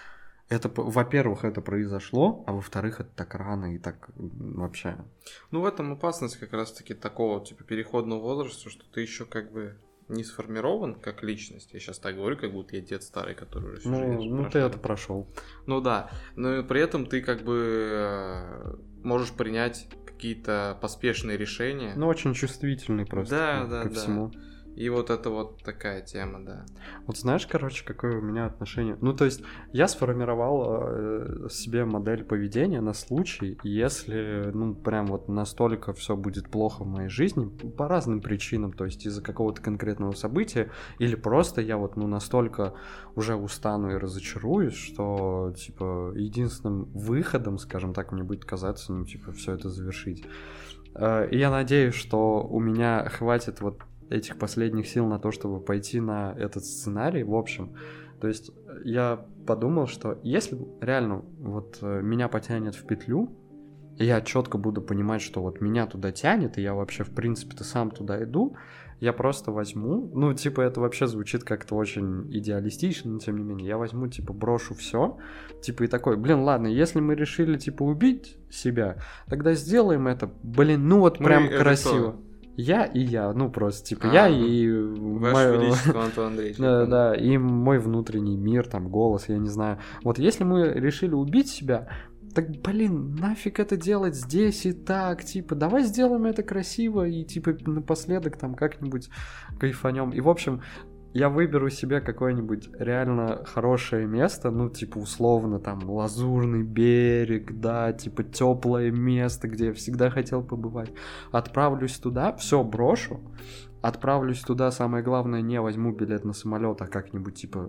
это, во-первых, это произошло, а во-вторых, это так рано и так вообще... Ну, в этом опасность как раз-таки такого, типа, переходного возраста, что ты еще как бы не сформирован как личность. Я сейчас так говорю, как будто я дед старый, который уже всю Ну, жизнь ну ты это прошел. Ну да, но при этом ты как бы можешь принять какие-то поспешные решения. Ну, очень чувствительный просто да, ко да, да. всему. И вот это вот такая тема, да. Вот знаешь, короче, какое у меня отношение? Ну, то есть, я сформировал э, себе модель поведения на случай, если, ну, прям вот настолько все будет плохо в моей жизни, по разным причинам, то есть из-за какого-то конкретного события, или просто я вот, ну, настолько уже устану и разочаруюсь, что, типа, единственным выходом, скажем так, мне будет казаться, ну, типа, все это завершить. Э, и я надеюсь, что у меня хватит вот этих последних сил на то, чтобы пойти на этот сценарий, в общем. То есть я подумал, что если реально вот меня потянет в петлю, и я четко буду понимать, что вот меня туда тянет, и я вообще, в принципе-то, сам туда иду, я просто возьму, ну, типа, это вообще звучит как-то очень идеалистично, но тем не менее, я возьму, типа, брошу все, типа, и такой, блин, ладно, если мы решили, типа, убить себя, тогда сделаем это, блин, ну, вот прям мы красиво. Я и я, ну просто, типа, а, я и... Ваше мой... Величество, Антон Андреевич. да, да, и мой внутренний мир, там, голос, я не знаю. Вот если мы решили убить себя, так, блин, нафиг это делать здесь и так, типа, давай сделаем это красиво и, типа, напоследок там как-нибудь кайфанем. И, в общем, я выберу себе какое-нибудь реально хорошее место, ну, типа, условно, там, Лазурный берег, да, типа, теплое место, где я всегда хотел побывать. Отправлюсь туда, все брошу, отправлюсь туда, самое главное, не возьму билет на самолет, а как-нибудь, типа,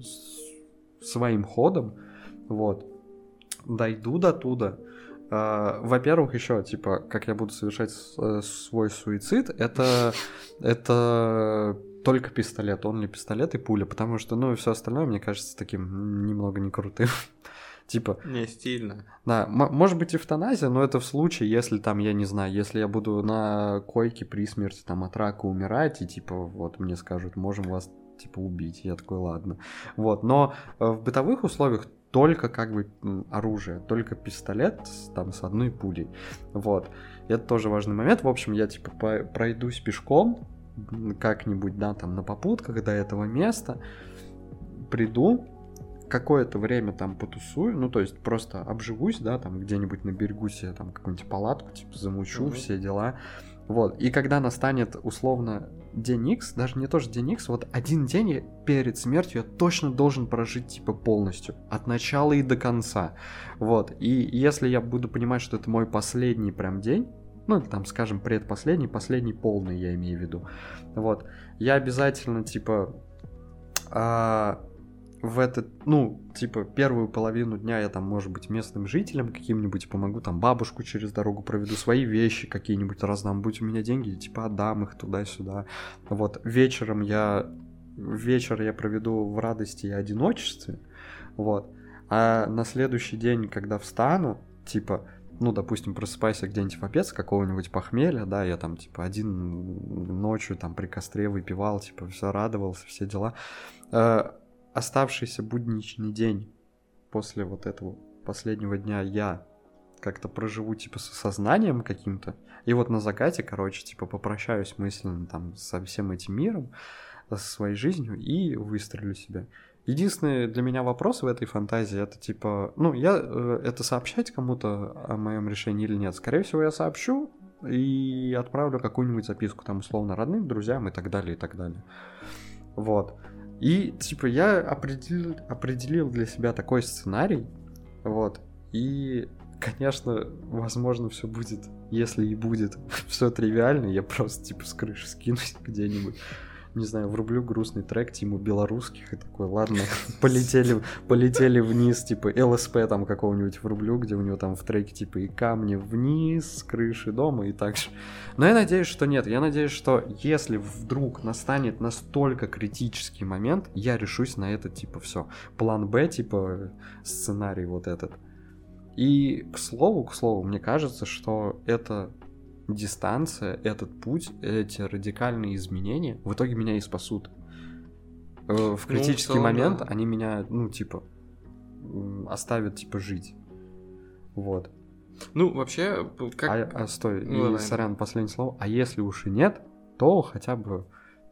своим ходом, вот, дойду до туда. Uh, во-первых, еще, типа, как я буду совершать uh, свой суицид, это, это только пистолет, он ли пистолет и пуля, потому что, ну, и все остальное, мне кажется, таким немного не крутым. Типа... Не стильно. Да, м- может быть эвтаназия, но это в случае, если там, я не знаю, если я буду на койке при смерти там от рака умирать, и типа вот мне скажут, можем вас типа убить, я такой, ладно. Вот, но в бытовых условиях только как бы оружие, только пистолет там с одной пулей. Вот, это тоже важный момент. В общем, я типа по- пройдусь пешком как-нибудь, да, там на попутках до этого места, приду, какое-то время там потусую, ну, то есть просто обживусь, да, там где-нибудь на берегу себе там какую-нибудь палатку, типа, замучу, mm-hmm. все дела. Вот, и когда настанет, условно, день Икс, даже не тоже день Икс, вот один день перед смертью я точно должен прожить, типа, полностью, от начала и до конца. Вот, и если я буду понимать, что это мой последний прям день, ну, там, скажем, предпоследний, последний полный, я имею в виду, вот, я обязательно, типа, а... в этот, ну, типа, первую половину дня я там, может быть, местным жителям каким-нибудь помогу, там, бабушку через дорогу проведу, свои вещи какие-нибудь раздам, будь у меня деньги, типа, отдам их туда-сюда. Вот, вечером я, вечер я проведу в радости и одиночестве, вот, а на следующий день, когда встану, типа, ну, допустим, просыпайся где-нибудь в обед с какого-нибудь похмелья, да, я там, типа, один ночью там при костре выпивал, типа, все радовался, все дела, оставшийся будничный день после вот этого последнего дня я как-то проживу, типа, с осознанием каким-то. И вот на закате, короче, типа, попрощаюсь мысленно там со всем этим миром, со своей жизнью и выстрелю себя. Единственный для меня вопрос в этой фантазии, это типа, ну, я э, это сообщать кому-то о моем решении или нет? Скорее всего, я сообщу и отправлю какую-нибудь записку, там, условно, родным, друзьям и так далее, и так далее. Вот. И, типа, я определил, определил для себя такой сценарий, вот, и, конечно, возможно, все будет, если и будет все тривиально, я просто, типа, с крыши скинусь где-нибудь, не знаю, врублю грустный трек Тиму Белорусских и такой, ладно, полетели, полетели вниз, типа, ЛСП там какого-нибудь врублю, где у него там в треке, типа, и камни вниз с крыши дома и так же. Но я надеюсь, что нет, я надеюсь, что если вдруг настанет настолько критический момент, я решусь на это, типа, все, план Б, типа, сценарий вот этот. И, к слову, к слову, мне кажется, что это... дистанция, этот путь, эти радикальные изменения в итоге меня и спасут. В критический ну, целом, момент да. они меня, ну, типа, оставит, типа, жить. Вот. Ну, вообще, как... А, а стой, ну, и, давай. сорян, последнее слово. А если уж и нет, то хотя бы,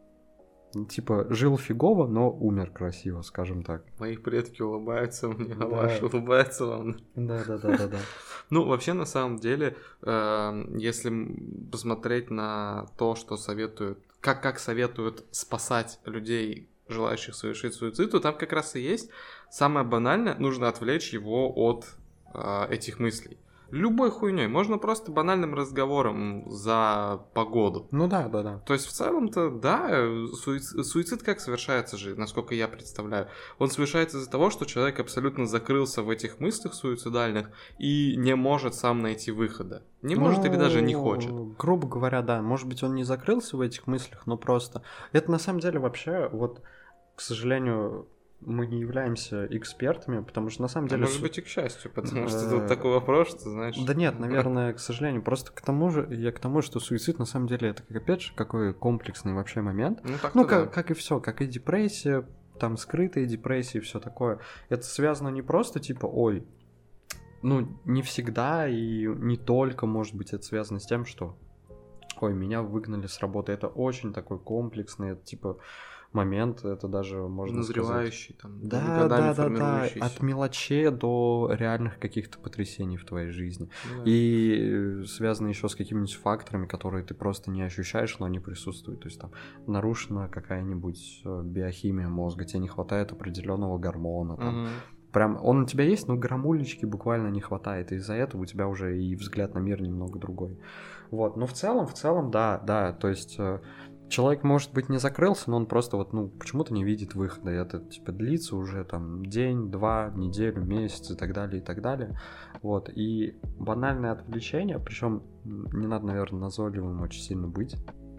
типа, жил фигово, но умер красиво, скажем так. Мои предки улыбаются мне, а Да. ваши улыбаются вам. Да-да-да-да-да. Ну, вообще, на самом деле, э, если м- посмотреть на то, что советуют, как, как советуют спасать людей, желающих совершить суицид, то там как раз и есть самое банальное, нужно отвлечь его от э, этих мыслей. Любой хуйней, можно просто банальным разговором за погоду. Ну да, да, да. То есть, в целом-то, да, суицид, суицид как совершается же, насколько я представляю? Он совершается из-за того, что человек абсолютно закрылся в этих мыслях суицидальных и не может сам найти выхода. Не может или даже не хочет. Ну, грубо говоря, да. Может быть, он не закрылся в этих мыслях, но просто... Это на самом деле вообще, вот, к сожалению, мы не являемся экспертами, потому что на самом А деле... может су- быть и к счастью, потому что Э, тут такой вопрос, что, знаешь... Да нет, наверное, к сожалению. Просто к тому же, я к тому, что суицид на самом деле это, как, опять же, какой комплексный вообще момент. Ну, так Ну, как, как и все, как и депрессия, там скрытые депрессии, все такое. Это связано не просто типа, ой, ну, не всегда и не только, может быть, это связано с тем, что, ой, меня выгнали с работы. Это очень такой комплексный, это, типа, момент, это даже можно назревающий, сказать... там, Да, годами да, да, да, формирующийся. от мелочей до реальных каких-то потрясений в твоей жизни. Ну да. И связано еще с какими-нибудь факторами, которые ты просто не ощущаешь, но они присутствуют. То есть там нарушена какая-нибудь э, биохимия мозга, тебе не хватает определенного гормона. Там. Мгм. Прям он у тебя есть, но граммулечки буквально не хватает. И из-за этого у тебя уже и взгляд на мир немного другой. Вот. Но в целом, в целом, да, да. То есть э, человек, может быть, не закрылся, но он просто вот, ну, почему-то не видит выхода. И это, типа, длится уже там день, два, неделю, месяц и так далее, и так далее. Вот. И банальное отвлечение, причем не надо, наверное, назойливым очень сильно быть.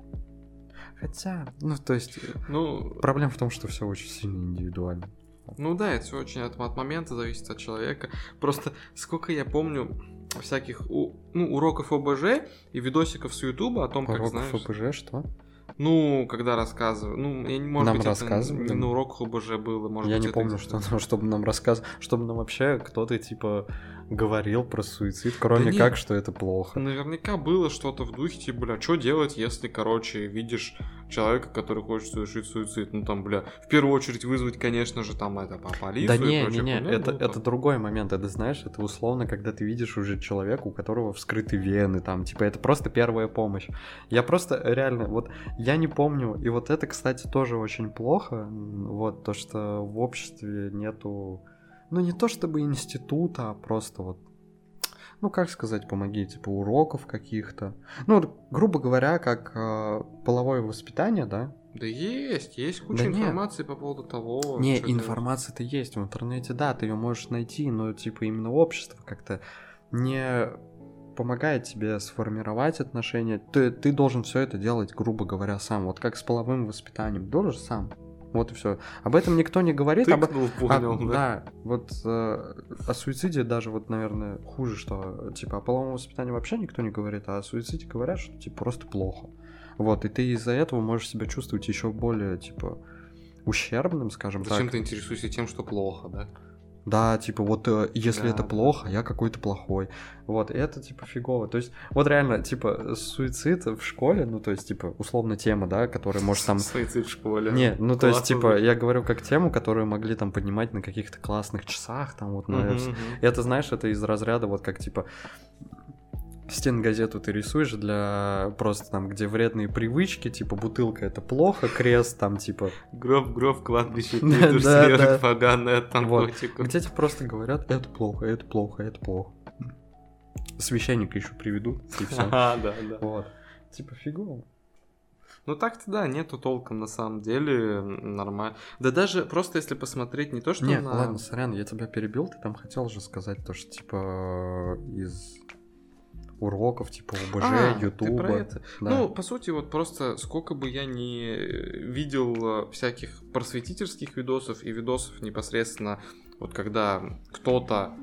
Хотя, ну, то есть, Ну, проблема в том, что все очень сильно индивидуально. Ну да, это все очень от, от момента зависит от человека. Просто сколько я помню всяких у, ну, уроков ОБЖ и видосиков с Ютуба о том, как, Уроков знаешь... ФПЖ, что? Ну, когда рассказываю, ну, я не может Нам быть, рассказывали? это не на уроках ОБЖ было, может Я быть, не это помню, где-то- что, чтобы нам рассказывать, чтобы нам вообще кто-то, типа, говорил про суицид, кроме нет. как, что это плохо. Наверняка было что-то в духе, типа, бля, что делать, если, короче, видишь человека, который хочет совершить суицид? Ну, там, бля, в первую очередь вызвать, конечно же, там, это, по полицию Да и не, не, прочее. не, Ну, это, ну, это там. другой момент, это, знаешь, это условно, когда ты видишь уже человека, у которого вскрыты вены, там, типа, это просто первая помощь. Я просто, реально, вот, я не помню, и вот это, кстати, тоже очень плохо, м, вот, то, что в обществе нету, ну, не то чтобы института, а просто вот, ну, как сказать, помоги, типа, уроков каких-то. Ну, вот, грубо говоря, как э, половое воспитание, да? Да есть, есть куча Да нет. информации по поводу того, Не, что делать. информация-то есть в интернете, да, ты ее можешь найти, но, типа, именно общество как-то не помогает тебе сформировать отношения. Ты, ты должен все это делать, грубо говоря, сам. Вот как с половым воспитанием. Должен сам. Вот и все. Об этом никто не говорит. Об... Тыкнул, А, понял, да? да, вот э, о суициде даже вот, наверное, хуже, что типа о половом воспитании вообще никто не говорит, а о суициде говорят, что типа просто плохо. Вот, и ты из-за этого можешь себя чувствовать еще более, типа, ущербным, скажем Зачем так. ты интересуешься тем, что плохо, да? Да, типа, вот э, если Да, это да, плохо, да. я какой-то плохой. Вот, и это, типа, фигово. То есть, вот реально, типа, суицид в школе, ну, то есть, типа, условно тема, да, которая может там... Суицид в школе. Не, ну, то есть, Классно типа, звучит. я говорю как тему, которую могли там поднимать на каких-то классных часах, там, вот, на... Мгм, мгм. Это, знаешь, это из разряда, вот, как, типа, стенгазету ты рисуешь для просто там, где вредные привычки, типа, бутылка это плохо, крест там, типа... Гроб, гроб, кладбище, Да, пидор, да, слежек, да. поганый от Вот, наркотиков. где тебе просто говорят, это плохо, это плохо, это плохо. Священника еще приведут, и все. Ага, да, да. Вот. Типа, фигово. Ну так-то да, нету толком на самом деле нормально. Да даже просто если посмотреть не то, что Не, на... ладно, сорян, я тебя перебил, ты там хотел же сказать то, что, типа, из уроков, типа, А, ОБЖ, ты Ютуба. про это? Да. Ну, по сути, вот просто сколько бы я ни видел э, всяких просветительских видосов и видосов непосредственно, вот когда кто-то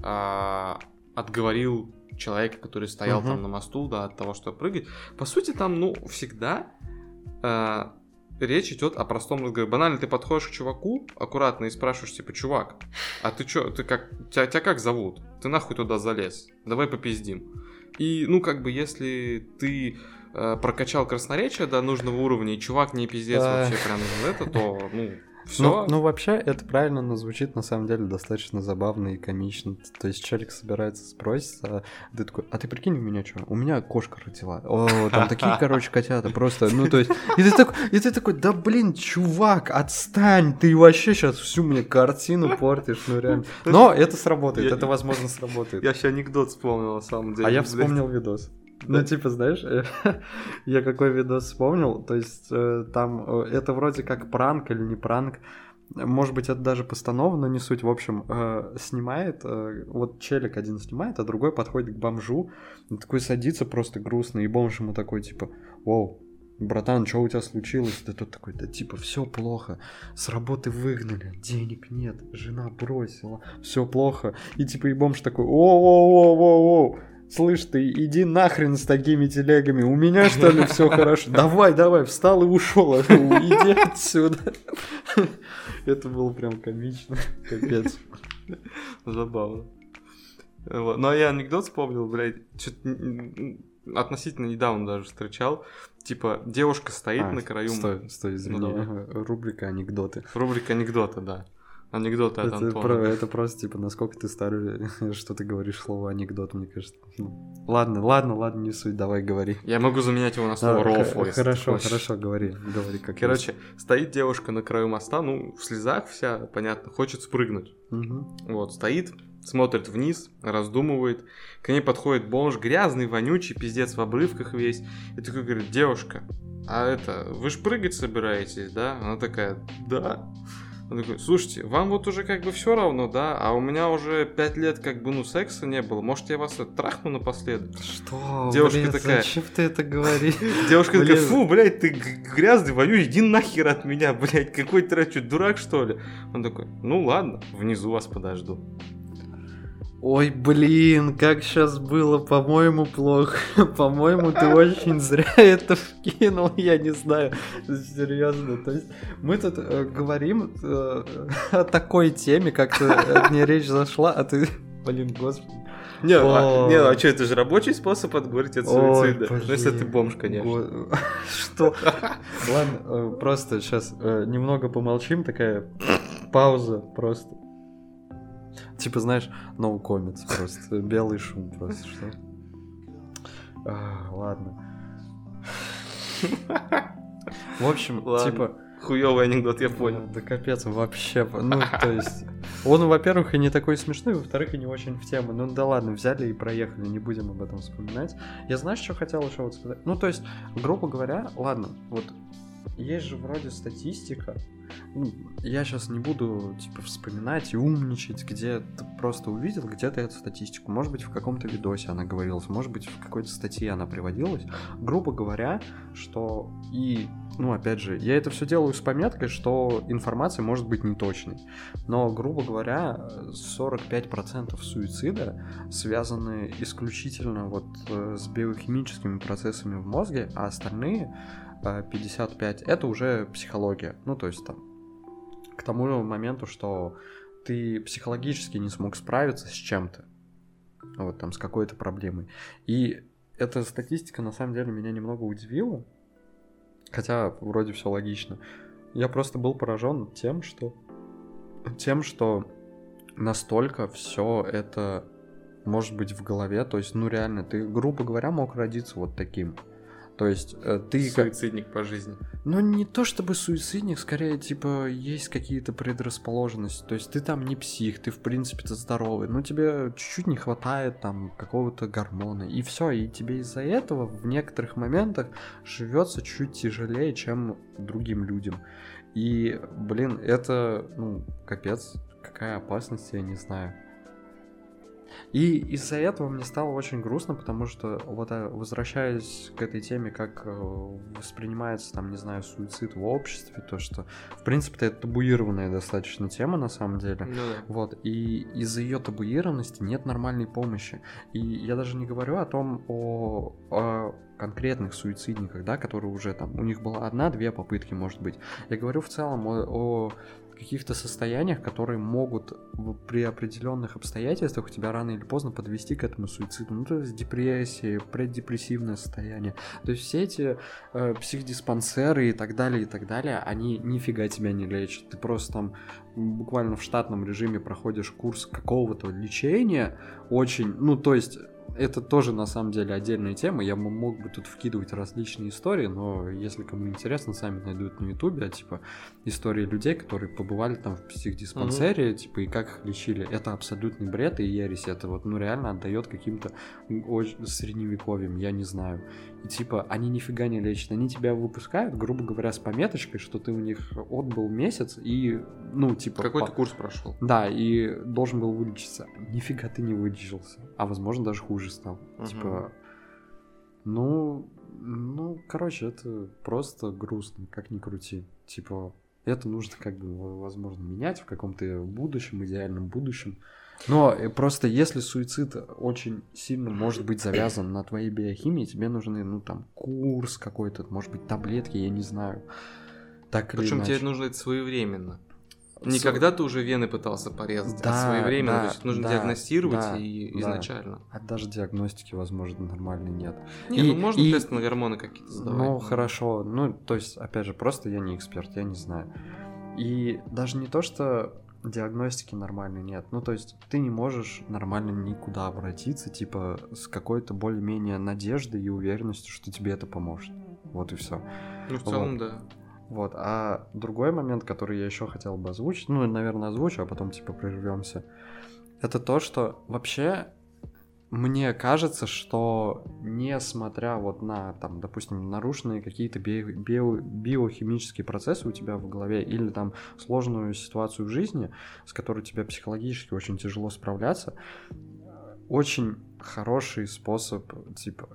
а, отговорил человека, который стоял Мгм. там на мосту, да, от того, что прыгать. По сути, там, ну, всегда а, речь идет о простом разговоре. Банально, ты подходишь к чуваку аккуратно и спрашиваешь, типа, чувак, а ты чё, ты как, тебя, тебя как зовут? Ты нахуй туда залез? Давай попиздим. И, ну, как бы, если ты э, прокачал красноречие до нужного уровня, и чувак не пиздец вообще прям это, то, ну... Все. Ну, ну, вообще, это правильно, но звучит на самом деле достаточно забавно и комично. То есть человек собирается спросить, а ты такой, а ты прикинь, у меня что? У меня кошка родила. О, там такие, короче, котята, просто, ну, то есть... И ты такой, и ты такой, да блин, чувак, отстань, ты вообще сейчас всю мне картину портишь, ну, реально. Но это сработает, это, возможно, сработает. Я сейчас анекдот вспомнил, на самом деле. А я вспомнил видос. Ну, типа, знаешь, я какой видос вспомнил, то есть э, там э, это вроде как пранк или не пранк, может быть, это даже постанова, но не суть, в общем, э, снимает, э, вот челик один снимает, а другой подходит к бомжу, и такой садится просто грустно, и бомж ему такой, типа, вау, братан, что у тебя случилось? Да тот такой, да типа, все плохо, с работы выгнали, денег нет, жена бросила, все плохо, и типа, и бомж такой, воу-воу-воу-воу-воу, слышь, ты иди нахрен с такими телегами, у меня что ли все хорошо? Давай, давай, встал и ушел, иди отсюда. Это было прям комично, капец. Забавно. Ну, а я анекдот вспомнил, блядь, относительно недавно даже встречал. Типа, девушка стоит а, на краю... Стой, стой, извини, ну, рубрика анекдоты. Рубрика анекдоты, да. Анекдоты от это Антона. Про, это просто, типа, насколько ты старый, что ты говоришь слово анекдот, мне кажется. Ладно, ладно, ладно, не суть, давай говори. Я могу заменять его на слово а, рофл. х- Хорошо, хорошо, говори, говори как Короче, есть. Стоит девушка на краю моста, ну, в слезах вся, понятно, хочет спрыгнуть. Угу. Вот, стоит, смотрит вниз, раздумывает. К ней подходит бомж, грязный, вонючий, пиздец в обрывках весь. И такой говорит, девушка, а это, вы ж прыгать собираетесь, да? Она такая, да. Он такой, слушайте, вам вот уже как бы все равно, да? А у меня уже пять лет как бы, ну, секса не было. Может, я вас трахну напоследок? Что? Девушка блин, такая... зачем ты это говоришь? Девушка такая, фу, блядь, ты грязный, вонючий, иди нахер от меня, блядь, какой ты что, дурак, что ли? Он такой, ну ладно, внизу вас подожду. Ой, блин, как сейчас было, по-моему, плохо. По-моему, ты очень зря это вкинул, я не знаю, серьезно. То есть мы тут э, говорим э, о такой теме, как-то о ней речь зашла, а ты, блин, господи. Не, а, не, а что, это же рабочий способ отговорить от суицида. Ой, ну, если ты бомж, конечно. Го... Что? Ладно, просто сейчас немного помолчим, такая пауза просто. Типа, знаешь, no comments просто, белый шум просто, что? А, ладно. В общем, ладно. Типа... Хуёвый анекдот, я понял. Да капец, вообще, ну, то есть... Он, во-первых, и не такой смешной, во-вторых, и не очень в тему. Ну да ладно, взяли и проехали, не будем об этом вспоминать. Я знаешь, что хотел еще вот сказать? Ну, то есть, грубо говоря, ладно, вот есть же вроде статистика. Ну, я сейчас не буду, типа, вспоминать и умничать, где ты просто увидел, где ты эту статистику. Может быть, в каком-то видосе она говорилась, может быть, в какой-то статье она приводилась. Грубо говоря, что и, ну, опять же, я это все делаю с пометкой, что информация может быть неточной. Но, грубо говоря, сорок пять процентов суицида связаны исключительно вот с биохимическими процессами в мозге, а остальные пятьдесят пять это уже психология. Ну, то есть там к тому моменту, что ты психологически не смог справиться с чем-то, вот там с какой-то проблемой. И эта статистика на самом деле меня немного удивила, хотя вроде все логично. Я просто был поражен тем, что тем, что настолько все это может быть в голове. То есть, ну реально, ты, грубо говоря, мог родиться вот таким. То есть ты... Суицидник по жизни. Ну, не то чтобы суицидник, скорее, типа, есть какие-то предрасположенности. То есть ты там не псих, ты, в принципе-то, здоровый. Но тебе чуть-чуть не хватает там какого-то гормона. И все, и тебе из-за этого в некоторых моментах живется чуть тяжелее, чем другим людям. И, блин, это, ну, капец, какая опасность, я не знаю. И из-за этого мне стало очень грустно, потому что, вот возвращаясь к этой теме, как воспринимается, там, не знаю, суицид в обществе, то, что, в принципе-то, это табуированная достаточно тема, на самом деле. Ну да. Вот, и из-за ее табуированности нет нормальной помощи. И я даже не говорю о том, о, о конкретных суицидниках, да, которые уже там, у них была одна-две попытки, может быть. Я говорю в целом о, о каких-то состояниях, которые могут в, при определенных обстоятельствах тебя рано или поздно подвести к этому суициду. Ну, то есть депрессия, преддепрессивное состояние. То есть все эти э, психдиспансеры и так далее, и так далее, они нифига тебя не лечат. Ты просто там буквально в штатном режиме проходишь курс какого-то лечения, очень, ну, то есть это тоже, на самом деле, отдельная тема. Я мог бы тут вкидывать различные истории, но если кому интересно, сами найдут на ютубе, типа, истории людей, которые побывали там в психдиспансере, mm-hmm. типа, и как их лечили. Это абсолютный бред и ересь. Это вот, ну, реально отдает каким-то средневековьем, я не знаю. И, типа, они нифига не лечат. Они тебя выпускают, грубо говоря, с пометочкой, что ты у них отбыл месяц и, ну, типа... Какой-то по... курс прошел. Да, и должен был вылечиться. Нифига ты не вылечился. А, возможно, даже хуже стал. Uh-huh. Типа, ну, ну, короче, это просто грустно, как ни крути. Типа, это нужно как бы, возможно, менять в каком-то будущем, идеальном будущем. Но просто если суицид очень сильно может быть завязан на твоей биохимии, тебе нужны, ну, там, курс какой-то, может быть, таблетки, я не знаю. Так или Причем иначе. тебе нужно это своевременно. Не когда ты уже вены пытался порезать, да, а своевременно. Да, то есть нужно да, диагностировать да, и да. изначально. А даже диагностики, возможно, нормальной нет. Не, и, ну можно и, тесты на гормоны какие-то сдавать. Ну, хорошо. Ну, то есть, опять же, просто я не эксперт, я не знаю. И даже не то, что диагностики нормальной нет. Ну, то есть, ты не можешь нормально никуда обратиться, типа, с какой-то более-менее надеждой и уверенностью, что тебе это поможет. Вот и все. Ну, в целом, вот. да. Вот, а другой момент, который я еще хотел бы озвучить, ну, наверное, озвучу, а потом, типа, прервемся, это то, что вообще мне кажется, что несмотря вот на, там, допустим, нарушенные какие-то био- био- биохимические процессы у тебя в голове или там сложную ситуацию в жизни, с которой тебе психологически очень тяжело справляться, очень хороший способ, типа,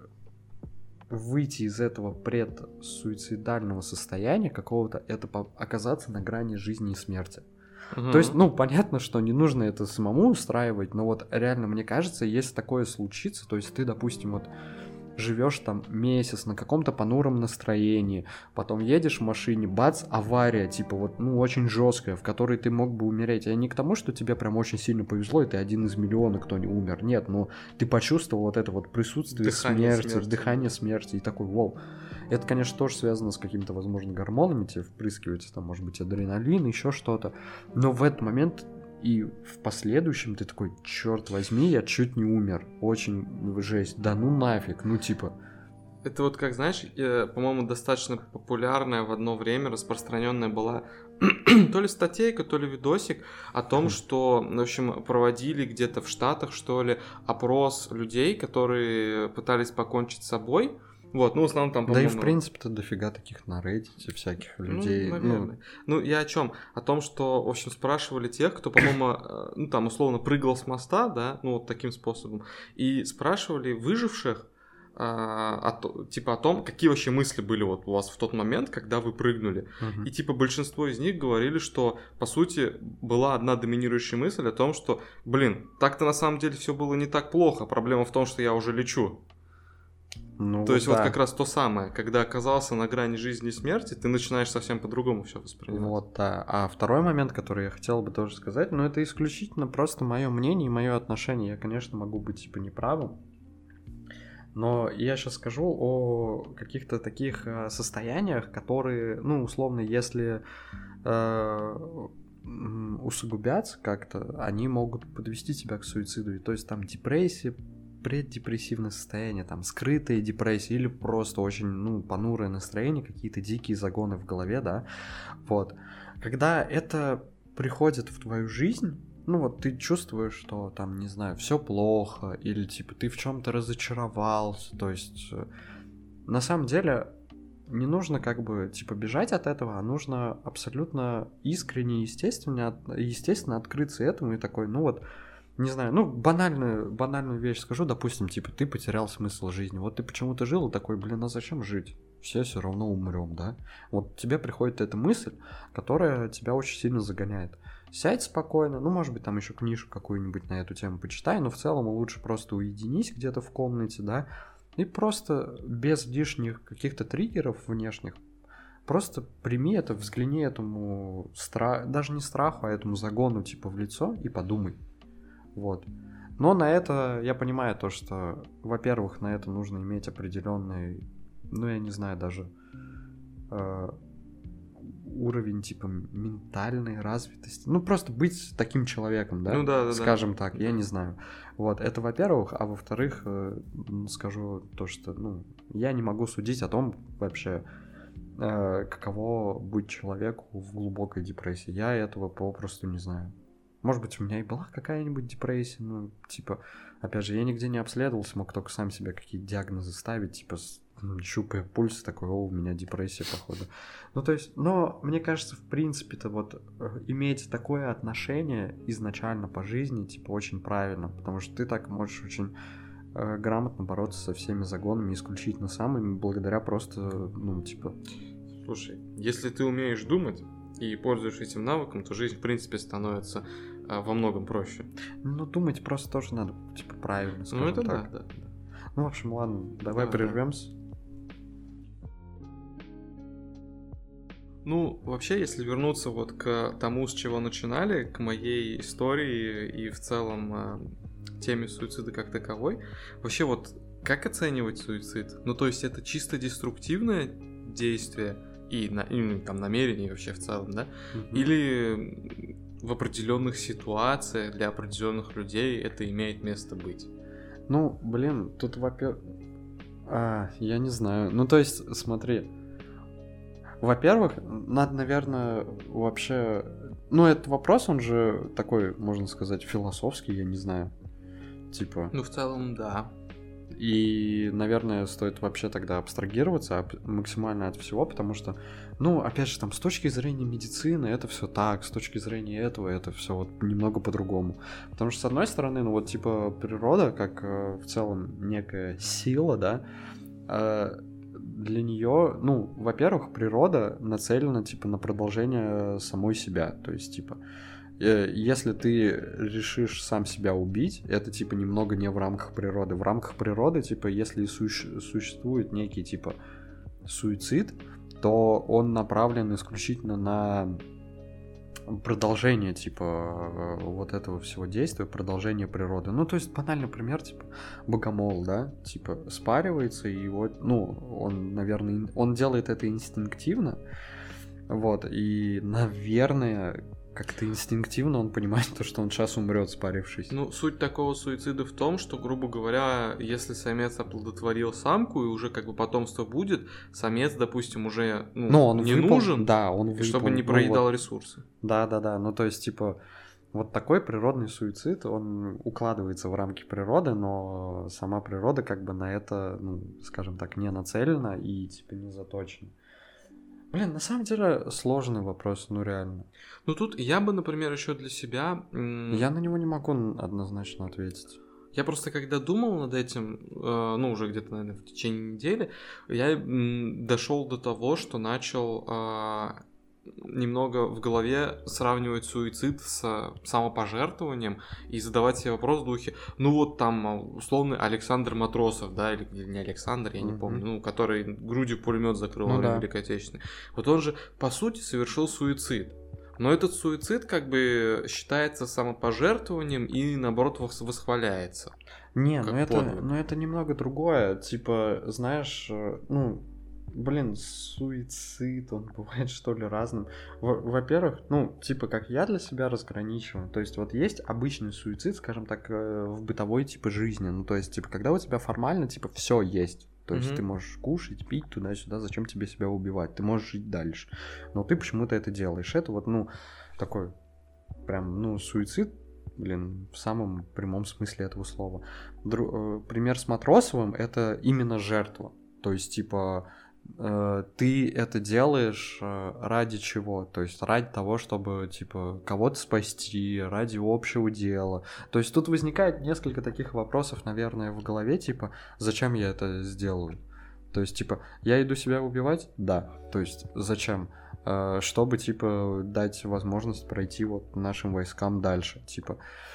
выйти из этого предсуицидального состояния какого-то, это оказаться на грани жизни и смерти. Uh-huh. То есть, ну, понятно, что не нужно это самому устраивать, но вот реально, мне кажется, если такое случится, то есть ты, допустим, вот живешь там месяц на каком-то понуром настроении, потом едешь в машине, бац, авария, типа вот, ну, очень жесткая, в которой ты мог бы умереть. Я не к тому, что тебе прям очень сильно повезло, и ты один из миллиона, кто не умер. Нет, ну, ты почувствовал вот это вот присутствие дыхание смерти, смерти, дыхание смерти, и такой, вау. Это, конечно, тоже связано с какими-то, возможно, гормонами, тебе впрыскивается, там, может быть, адреналин, еще что-то. Но в этот момент и в последующем ты такой, черт возьми, я чуть не умер. Очень жесть. Да ну нафиг, ну типа. Это вот как, знаешь, э, по-моему, достаточно популярная в одно время, распространенная была то ли статейка, то ли видосик о том, что, в общем, проводили где-то в Штатах, что ли, опрос людей, которые пытались покончить с собой. Вот, ну, в основном там, по-моему... Да и, в принципе-то, дофига таких на Reddit всяких людей. Ну, наверное. Ну... ну, я о чем? О том, что, в общем, спрашивали тех, кто, по-моему, ну, там, условно, прыгал с моста, да, ну, вот таким способом, и спрашивали выживших, а, о, типа, о том, какие вообще мысли были вот у вас в тот момент, когда вы прыгнули. Uh-huh. И, типа, большинство из них говорили, что, по сути, была одна доминирующая мысль о том, что, блин, так-то на самом деле все было не так плохо, проблема в том, что я уже лечу. Ну, то есть да. вот как раз то самое, когда оказался на грани жизни и смерти, ты начинаешь совсем по-другому все воспринимать. Вот, да. А второй момент, который я хотел бы тоже сказать, ну это исключительно просто мое мнение и мое отношение. Я, конечно, могу быть типа неправым, но я сейчас скажу о каких-то таких состояниях, которые, ну условно, если э, усугубятся как-то, они могут подвести тебя к суициду. И, то есть там депрессия, преддепрессивное состояние, там, скрытая депрессия или просто очень, ну, понурое настроение, какие-то дикие загоны в голове, да, вот. Когда это приходит в твою жизнь, ну, вот ты чувствуешь, что там, не знаю, все плохо, или, типа, ты в чем-то разочаровался, то есть, на самом деле, не нужно, как бы, типа, бежать от этого, а нужно абсолютно искренне и естественно, естественно открыться этому и такой, ну, вот, не знаю, ну, банальную, банальную вещь скажу, допустим, типа, ты потерял смысл жизни, вот ты почему-то жил и такой, блин, а зачем жить? Все все равно умрем, да? Вот тебе приходит эта мысль, которая тебя очень сильно загоняет. Сядь спокойно, ну, может быть, там еще книжку какую-нибудь на эту тему почитай, но в целом лучше просто уединись где-то в комнате, да, и просто без лишних каких-то триггеров внешних, просто прими это, взгляни этому страху, даже не страху, а этому загону, типа, в лицо и подумай. Вот. Но на это я понимаю то, что, во-первых, на это нужно иметь определенный, ну, я не знаю, даже э, уровень, типа, ментальной развитости. Ну, просто быть таким человеком, да? Ну, да, да, скажем да. так, я не знаю. Вот, это во-первых, а во-вторых, э, скажу то, что, ну, я не могу судить о том вообще, э, каково быть человеку в глубокой депрессии. Я этого попросту не знаю. Может быть, у меня и была какая-нибудь депрессия, ну, типа, опять же, я нигде не обследовался, мог только сам себе какие-то диагнозы ставить, типа, щупая пульс, такой, о, у меня депрессия, походу. Ну, то есть, но мне кажется, в принципе-то вот иметь такое отношение изначально по жизни, типа, очень правильно, потому что ты так можешь очень э, грамотно бороться со всеми загонами, исключительно самыми, благодаря просто, ну, типа... Слушай, если ты умеешь думать и пользуешься этим навыком, то жизнь, в принципе, становится а, во многом проще. Ну, думать просто тоже надо, типа, правильно, скажем ну, это так. да, да, да. Ну, в общем, ладно, давай Да, прервемся. Ну, вообще, если вернуться вот к тому, с чего начинали, к моей истории и в целом э, теме суицида как таковой, вообще вот как оценивать суицид? Ну, то есть это чисто деструктивное действие и, на, и там намерение вообще в целом, да? Мгм. Или в определенных ситуациях для определенных людей это имеет место быть? Ну, блин, тут, во-первых... А, я не знаю. Ну, то есть, смотри. Во-первых, надо, наверное, вообще... Ну, этот вопрос, он же такой, можно сказать, философский, я не знаю. Типа... Ну, в целом, да. И, наверное, стоит вообще тогда абстрагироваться максимально от всего, потому что, ну, опять же, там, с точки зрения медицины это все так, с точки зрения этого это все вот немного по-другому. Потому что, с одной стороны, ну, вот, типа, природа, как э, в целом некая сила, да, э, для нее, ну, во-первых, природа нацелена, типа, на продолжение самой себя, то есть, типа, если ты решишь сам себя убить, это, типа, немного не в рамках природы. В рамках природы, типа, если су- существует некий, типа, суицид, то он направлен исключительно на продолжение, типа, вот этого всего действия, продолжение природы. Ну, то есть, банальный пример, типа, богомол, да, типа, спаривается, и вот, ну, он, наверное, он делает это инстинктивно, вот, и, наверное... Как-то инстинктивно он понимает то, что он сейчас умрет, спарившись. Ну, суть такого суицида в том, что, грубо говоря, если самец оплодотворил самку и уже как бы потомство будет, самец, допустим, уже ну, Но он не выпол... нужен, да, он выпол... чтобы не ну, проедал вот... ресурсы. Да-да-да, ну то есть, типа, вот такой природный суицид, он укладывается в рамки природы, но сама природа как бы на это, ну, скажем так, не нацелена и, типа, не заточена. Блин, на самом деле сложный вопрос, ну реально. Ну тут я бы, например, еще для себя... М- Я на него не могу однозначно ответить. Я просто когда думал над этим, э, ну уже где-то, наверное, в течение недели, я м- дошел до того, что начал э, немного в голове сравнивать суицид с самопожертвованием и задавать себе вопрос в духе, ну вот там условный Александр Матросов, да, или, или не Александр, я не Мгм. помню, ну, который грудью пулемет закрыл Ну во время да. Великой Отечественной. Вот он же, по сути, совершил суицид. Но этот суицид как бы считается самопожертвованием и, наоборот, вос- восхваляется. Не, Как ну это, подвиг. ну это немного другое. Типа, знаешь, э, ну, блин, суицид, он бывает что ли разным. Во- Во-первых, ну, типа, как я для себя разграничиваю. То есть, вот есть обычный суицид, скажем так, э, в бытовой типа жизни. Ну, то есть, типа, когда у тебя формально, типа, все есть. То есть Мгм. ты можешь кушать, пить туда-сюда, зачем тебе себя убивать? Ты можешь жить дальше. Но ты почему-то это делаешь. Это вот, ну, такой прям, ну, суицид, блин, в самом прямом смысле этого слова. Дру- э, пример с Матросовым — это именно жертва. То есть, типа, э, ты это делаешь э, ради чего? То есть ради того, чтобы, типа, кого-то спасти, ради общего дела. То есть тут возникает несколько таких вопросов, наверное, в голове, типа, зачем я это сделаю? То есть, типа, я иду себя убивать? Да. То есть, зачем? Э, чтобы, типа, дать возможность пройти вот нашим войскам дальше. Типа,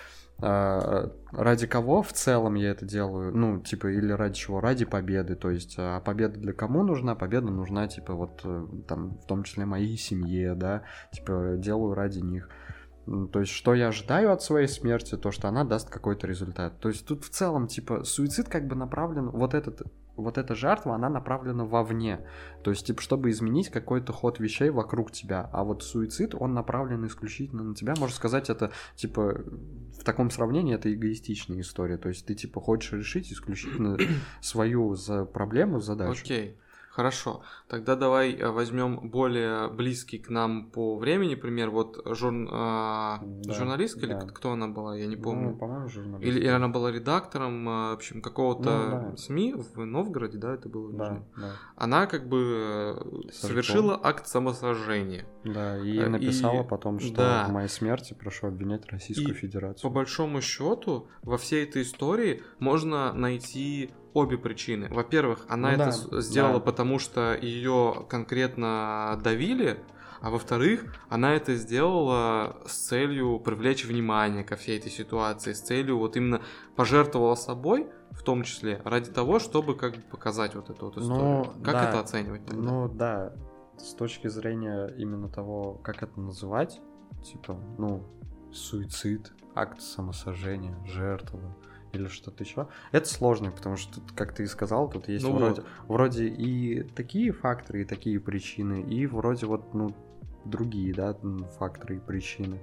э, ради кого в целом я это делаю? Ну, типа, или ради чего? Ради победы. То есть, а победа для кому нужна? Победа нужна, типа, вот, э, там, в том числе моей семье, да? Типа, делаю ради них. То есть, что я ожидаю от своей смерти, то, что она даст какой-то результат. То есть, тут в целом, типа, суицид как бы направлен, вот этот, вот эта жертва, она направлена вовне. То есть, типа, чтобы изменить какой-то ход вещей вокруг тебя. А вот суицид, он направлен исключительно на тебя. Можно сказать, это, типа, в таком сравнении, это эгоистичная история. То есть, ты, типа, хочешь решить исключительно свою за проблему, задачу. Окей. Хорошо, тогда давай возьмем более близкий к нам по времени пример. Вот жур... а, Да, журналистка да. или кто она была, я не помню. Ну, по-моему, журналист. Или, или она была редактором, а, в общем, какого-то Ну, да. СМИ в Новгороде, да, это было? в Да, Нижнем? да. Она как бы э, совершила акт самосожжения. Да, и Э, написала и- потом, что да. в моей смерти прошу обвинять Российскую И Федерацию. По большому счету, во всей этой истории можно найти обе причины. Во-первых, она Ну это да, с- сделала, да. потому что ее конкретно давили, а во-вторых, она это сделала с целью привлечь внимание ко всей этой ситуации, с целью вот именно пожертвовала собой, в том числе, ради того, чтобы как бы показать вот эту вот историю. Ну, как да. это оценивать тогда? Ну да, с точки зрения именно того, как это называть, типа, ну, суицид, акт самосожжения, жертва или что-то еще. Это сложно, потому что тут, как ты и сказал, тут есть Ну вроде, вот. вроде и такие факторы, и такие причины, и вроде вот, ну, другие, да, м, факторы и причины.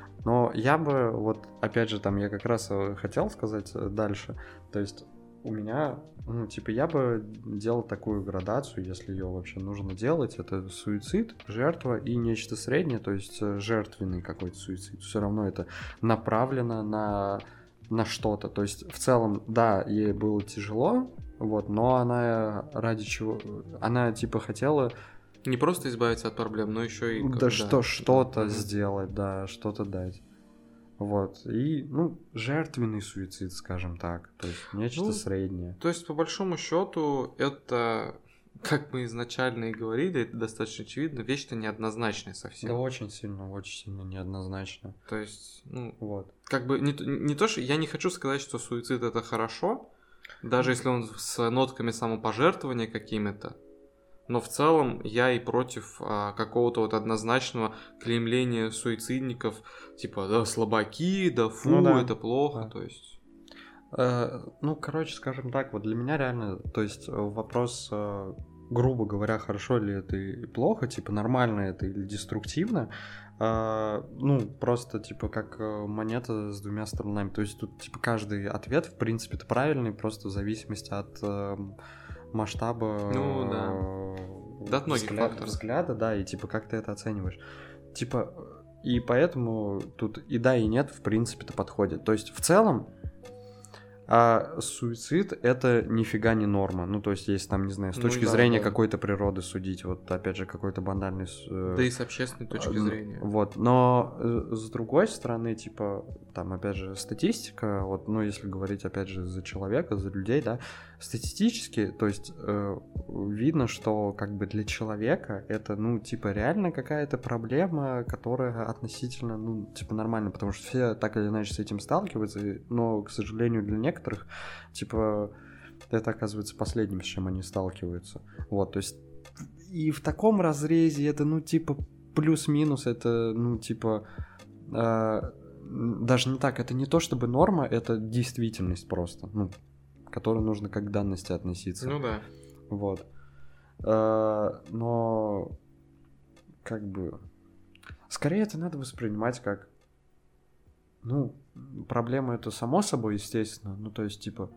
Но я бы, вот, опять же, там я как раз э, хотел сказать э, дальше, то есть у меня, ну, типа, я бы делал такую градацию, если ее вообще нужно делать, это суицид, жертва и нечто среднее, то есть э, жертвенный какой-то суицид. Все равно это направлено на, на что-то, то есть в целом, да, ей было тяжело, вот, но она ради чего, она, типа, хотела... Не просто избавиться от проблем, но еще и... как- Да что, что-то Мгм. сделать, да, что-то дать. Вот. И, ну, жертвенный суицид, скажем так. То есть нечто Ну, среднее. То есть, по большому счету, это, как мы изначально и говорили, это достаточно очевидно, вещь-то неоднозначная совсем. Да очень сильно, очень сильно неоднозначно. То есть, ну, Вот. как бы не, т- не то, что я не хочу сказать, что суицид это хорошо, даже если он с нотками самопожертвования какими-то. Но в целом я и против а, какого-то вот однозначного клеймления суицидников, типа, да, слабаки, да фу, Ну да, это плохо, да. то есть... Э, ну, короче, скажем так, вот для меня реально, то есть э, вопрос, э, грубо говоря, хорошо ли это и плохо, типа, нормально это или деструктивно, э, ну, просто, типа, как э, монета с двумя сторонами. То есть тут, типа, каждый ответ, в принципе, это правильный, просто в зависимости от э, масштаба... Ну, да. э, Да, от многих взгляда, факторов. взгляда, да, и, типа, как ты это оцениваешь. Типа, и поэтому тут и да, и нет, в принципе-то подходит. То есть, в целом, а суицид — это нифига не норма. Ну, то есть, если там, не знаю, с Ну точки да, зрения да. какой-то природы судить, вот, опять же, какой-то банальный... с- э, Да и с общественной точки э, зрения. Вот, но э, с другой стороны, типа, там, опять же, статистика, вот, ну, если говорить, опять же, за человека, за людей, да, статистически, то есть, э, видно, что, как бы, для человека это, ну, типа, реально какая-то проблема, которая относительно, ну, типа, нормальна, потому что все так или иначе с этим сталкиваются, и- но, к сожалению, для некоторых, типа, это оказывается последним, с чем они сталкиваются. Вот, то есть, и в таком разрезе это, ну, типа, плюс-минус, это, ну, типа, э, даже не так, это не то чтобы норма, это действительность просто, ну, к которой нужно как к данности относиться. Ну да. Вот. Э, но, как бы, скорее это надо воспринимать как, ну, проблема это само собой, естественно, ну, то есть, типа,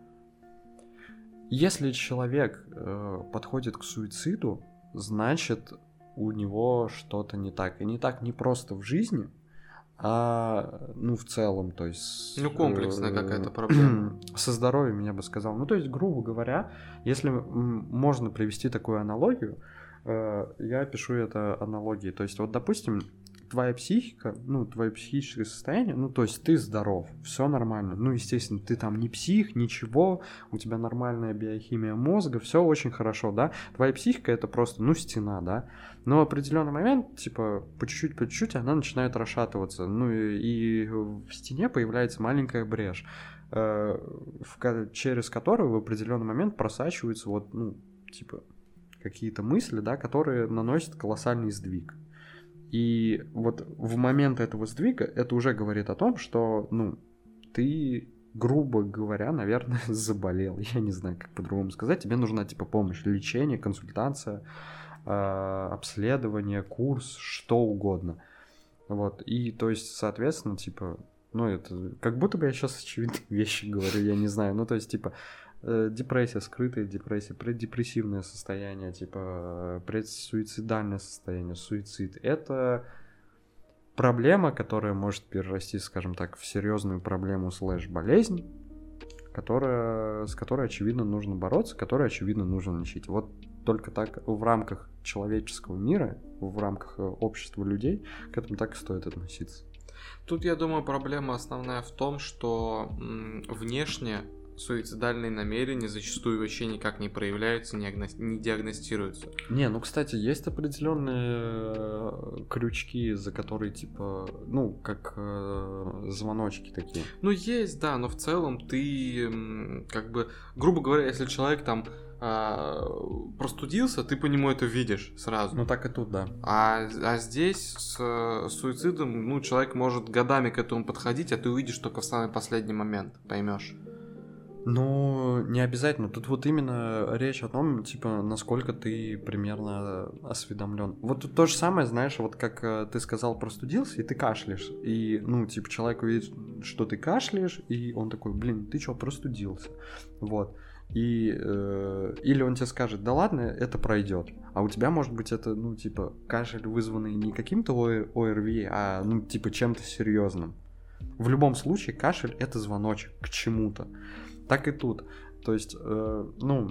если человек э, подходит к суициду, значит, у него что-то не так. И не так не просто в жизни, А, ну, в целом, то есть... Ну, комплексная какая-то проблема. Со здоровьем, я бы сказал. Ну, то есть, грубо говоря, если можно привести такую аналогию, я пишу это аналогией. То есть, вот, допустим, твоя психика, ну, твое психическое состояние, ну, то есть, ты здоров, все нормально. Ну, естественно, ты там не псих, ничего, у тебя нормальная биохимия мозга, все очень хорошо, да. Твоя психика — это просто, ну, стена, да. Но в определенный момент, типа, по чуть-чуть, по чуть-чуть она начинает расшатываться. Ну, и, и в стене появляется маленькая брешь, э, в, через которую в определенный момент просачиваются вот, ну, типа, какие-то мысли, да, которые наносят колоссальный сдвиг. И вот в момент этого сдвига это уже говорит о том, что, ну, ты, грубо говоря, наверное, заболел. Я не знаю, как по-другому сказать. Тебе нужна, типа, помощь, лечение, консультация, обследование, курс, что угодно. Вот. И, то есть, соответственно, типа, ну, это как будто бы я сейчас очевидные вещи говорю, я не знаю. Ну, то есть, типа, депрессия, скрытая депрессия, преддепрессивное состояние, типа, предсуицидальное состояние, суицид. Это проблема, которая может перерасти, скажем так, в серьезную проблему слэш-болезнь, которая, с которой, очевидно, нужно бороться, которую, очевидно, нужно лечить. Вот только так в рамках человеческого мира, в рамках общества людей, к этому так и стоит относиться. Тут, я думаю, проблема основная в том, что м, внешне суицидальные намерения зачастую вообще никак не проявляются, не, агно... не диагностируются. Не, ну, кстати, есть определенные крючки, за которые, типа, ну, как э, звоночки такие. Ну, есть, да, но в целом ты, как бы, грубо говоря, если человек там а, простудился, ты по нему это видишь сразу. Ну, так и тут, да. А, а здесь с, с суицидом, ну, человек может годами к этому подходить, а ты увидишь только в самый последний момент, поймешь. Ну, не обязательно. Тут вот именно речь о том, типа, насколько ты примерно осведомлен. Вот тут то же самое, знаешь, вот как ты сказал, простудился, и ты кашляешь. И, ну, типа, человек увидит, что ты кашляешь, и он такой, блин, ты чё, простудился? Вот. И, э, или он тебе скажет, да ладно, это пройдет. А у тебя, может быть, это, ну, типа, кашель, вызванный не каким-то ОРВИ, а, ну, типа, чем-то серьезным. В любом случае, кашель — это звоночек к чему-то. Так и тут. То есть, э, ну,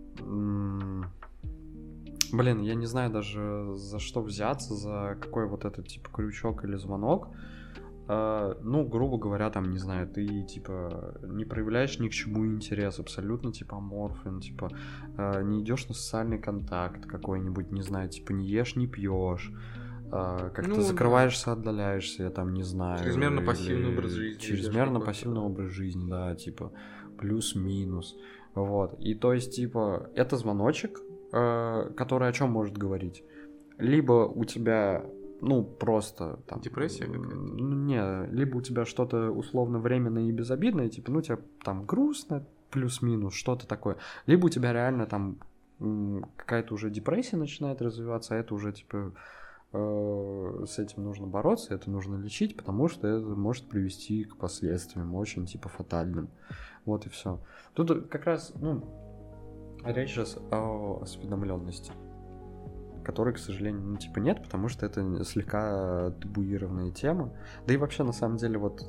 м- блин, я не знаю даже за что взяться, за какой вот этот, типа, крючок или звонок. Э, ну, грубо говоря, там, не знаю, ты, типа, не проявляешь ни к чему интерес, абсолютно, типа, аморфен, типа, э, не идешь на социальный контакт какой-нибудь, не знаю, типа, не ешь, не пьешь. Uh, как-то ну, закрываешься, да. Отдаляешься, я там не знаю. Чрезмерно пассивный образ жизни. Чрезмерно пассивный образ жизни, да, типа плюс-минус. Вот. И то есть, типа, это звоночек, э, который о чем может говорить? Либо у тебя, ну, просто там. Депрессия какая-то? Не, либо у тебя что-то условно временное и безобидное, типа, ну, тебе там грустно, плюс-минус, что-то такое. Либо у тебя реально там какая-то уже депрессия начинает развиваться, а это уже типа. С этим нужно бороться, это нужно лечить, потому что это может привести к последствиям очень типа фатальным. Вот и все. Тут как раз, ну, речь сейчас о осведомленности, которой, к сожалению, ну, типа нет, потому что это слегка табуированная тема. Да и вообще, на самом деле, вот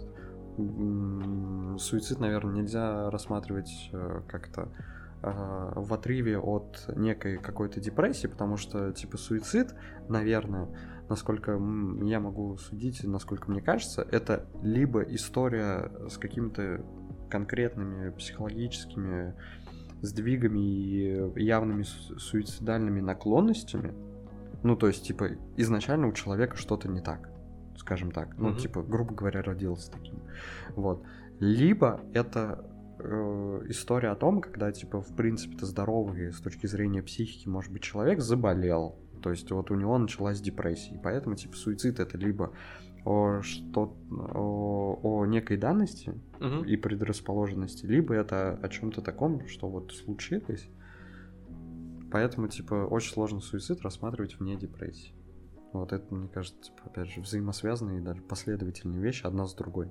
суицид, наверное, нельзя рассматривать как-то в отрыве от некой какой-то депрессии, потому что, типа, суицид, наверное, насколько я могу судить, насколько мне кажется, это либо история с какими-то конкретными психологическими сдвигами и явными суицидальными наклонностями, ну, то есть, типа, изначально у человека что-то не так, скажем так, ну, mm-hmm. типа, грубо говоря, родился таким, вот, либо это история о том, когда, типа, в принципе, ты здоровый с точки зрения психики, может быть, человек заболел, то есть вот у него началась депрессия, и поэтому, типа, суицид — это либо о, что, о, о некой данности uh-huh. и предрасположенности, либо это о чем-то таком, что вот случилось, поэтому, типа, очень сложно суицид рассматривать вне депрессии. Вот это, мне кажется, типа, опять же, взаимосвязанные и даже последовательные вещи, одна с другой.